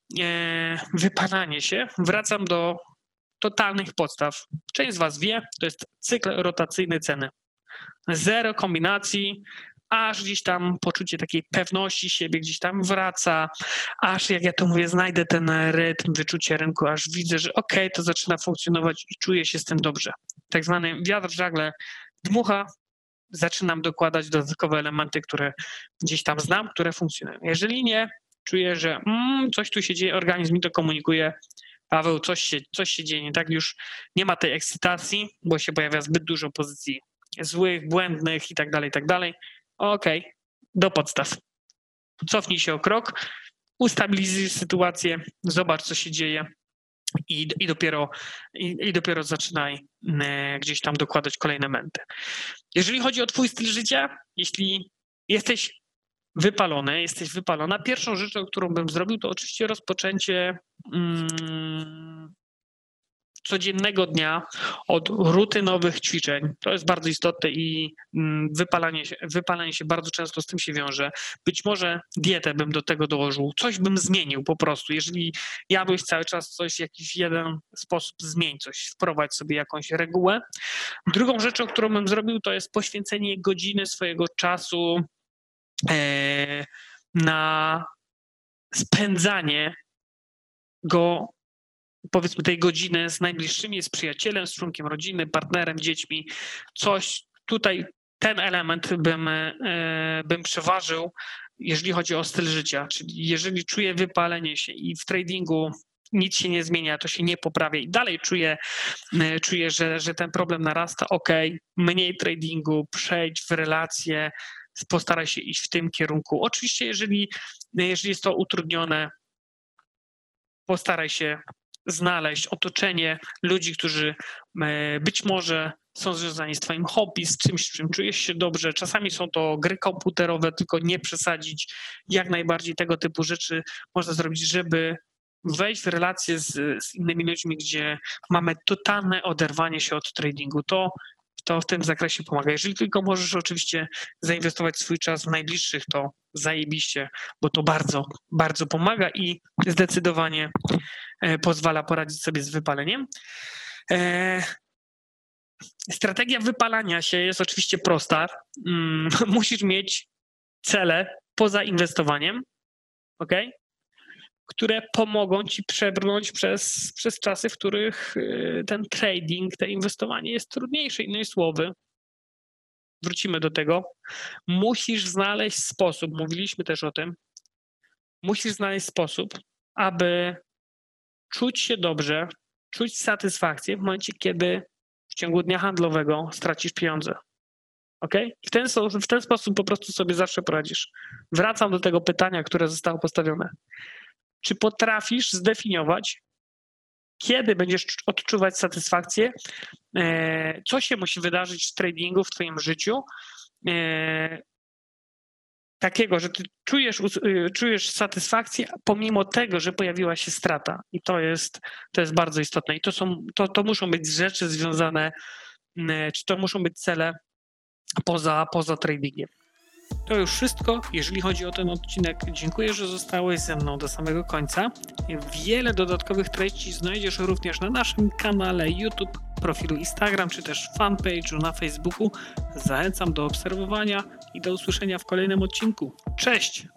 wypalanie się, wracam do totalnych podstaw. Część z was wie, to jest cykl rotacyjny ceny. 0 kombinacji, aż gdzieś tam poczucie takiej pewności siebie gdzieś tam wraca, aż jak ja to mówię, znajdę ten rytm, wyczucie rynku, aż widzę, że okej, to zaczyna funkcjonować i czuję się z tym dobrze. Tak zwany wiatr w żagle dmucha, zaczynam dokładać dodatkowe elementy, które gdzieś tam znam, które funkcjonują. Jeżeli nie, czuję, że coś tu się dzieje, organizm mi to komunikuje, Paweł, coś się dzieje nie tak, już nie ma tej ekscytacji, bo się pojawia zbyt dużo pozycji złych, błędnych i tak dalej. Okej, do podstaw. Cofnij się o krok, ustabilizuj sytuację, zobacz, co się dzieje i dopiero zaczynaj gdzieś tam dokładać kolejne elementy. Jeżeli chodzi o twój styl życia, jeśli jesteś wypalona, pierwszą rzeczą, którą bym zrobił, to oczywiście rozpoczęcie codziennego dnia, od rutynowych ćwiczeń. To jest bardzo istotne i wypalanie się bardzo często z tym się wiąże. Być może dietę bym do tego dołożył, coś bym zmienił po prostu. Jeżeli jadłeś cały czas coś, jakiś jeden sposób, zmień coś, wprowadź sobie jakąś regułę. Drugą rzeczą, którą bym zrobił, to jest poświęcenie godziny swojego czasu na spędzanie go, powiedzmy, tej godziny z najbliższymi, z przyjacielem, z członkiem rodziny, partnerem, dziećmi. Coś tutaj, ten element bym przeważył, jeżeli chodzi o styl życia. Czyli jeżeli czuję wypalenie się i w tradingu nic się nie zmienia, to się nie poprawia i dalej czuję, że ten problem narasta, mniej tradingu, przejdź w relacje, postaraj się iść w tym kierunku. Oczywiście, jeżeli jest to utrudnione, postaraj się znaleźć otoczenie ludzi, którzy być może są związani z twoim hobby, z czymś, w czym czujesz się dobrze. Czasami są to gry komputerowe, tylko nie przesadzić. Jak najbardziej tego typu rzeczy można zrobić, żeby wejść w relacje z innymi ludźmi, gdzie mamy totalne oderwanie się od tradingu. To w tym zakresie pomaga. Jeżeli tylko możesz oczywiście zainwestować swój czas w najbliższych, to zajebiście, bo to bardzo, bardzo pomaga i zdecydowanie pozwala poradzić sobie z wypaleniem. Strategia wypalania się jest oczywiście prosta. Musisz mieć cele poza inwestowaniem, które pomogą ci przebrnąć przez czasy, w których ten trading, to inwestowanie jest trudniejsze. Innymi słowy, wrócimy do tego, musisz znaleźć sposób, mówiliśmy też o tym, musisz znaleźć sposób, aby czuć się dobrze, czuć satysfakcję w momencie, kiedy w ciągu dnia handlowego stracisz pieniądze. I w ten sposób po prostu sobie zawsze poradzisz. Wracam do tego pytania, które zostało postawione. Czy potrafisz zdefiniować, kiedy będziesz odczuwać satysfakcję, co się musi wydarzyć w tradingu, w twoim życiu, takiego, że ty czujesz satysfakcję pomimo tego, że pojawiła się strata. I to jest bardzo istotne. I to muszą być rzeczy związane, czy to muszą być cele poza tradingiem. To już wszystko, jeżeli chodzi o ten odcinek. Dziękuję, że zostałeś ze mną do samego końca. Wiele dodatkowych treści znajdziesz również na naszym kanale YouTube, profilu Instagram, czy też fanpage'u na Facebooku. Zachęcam do obserwowania i do usłyszenia w kolejnym odcinku. Cześć!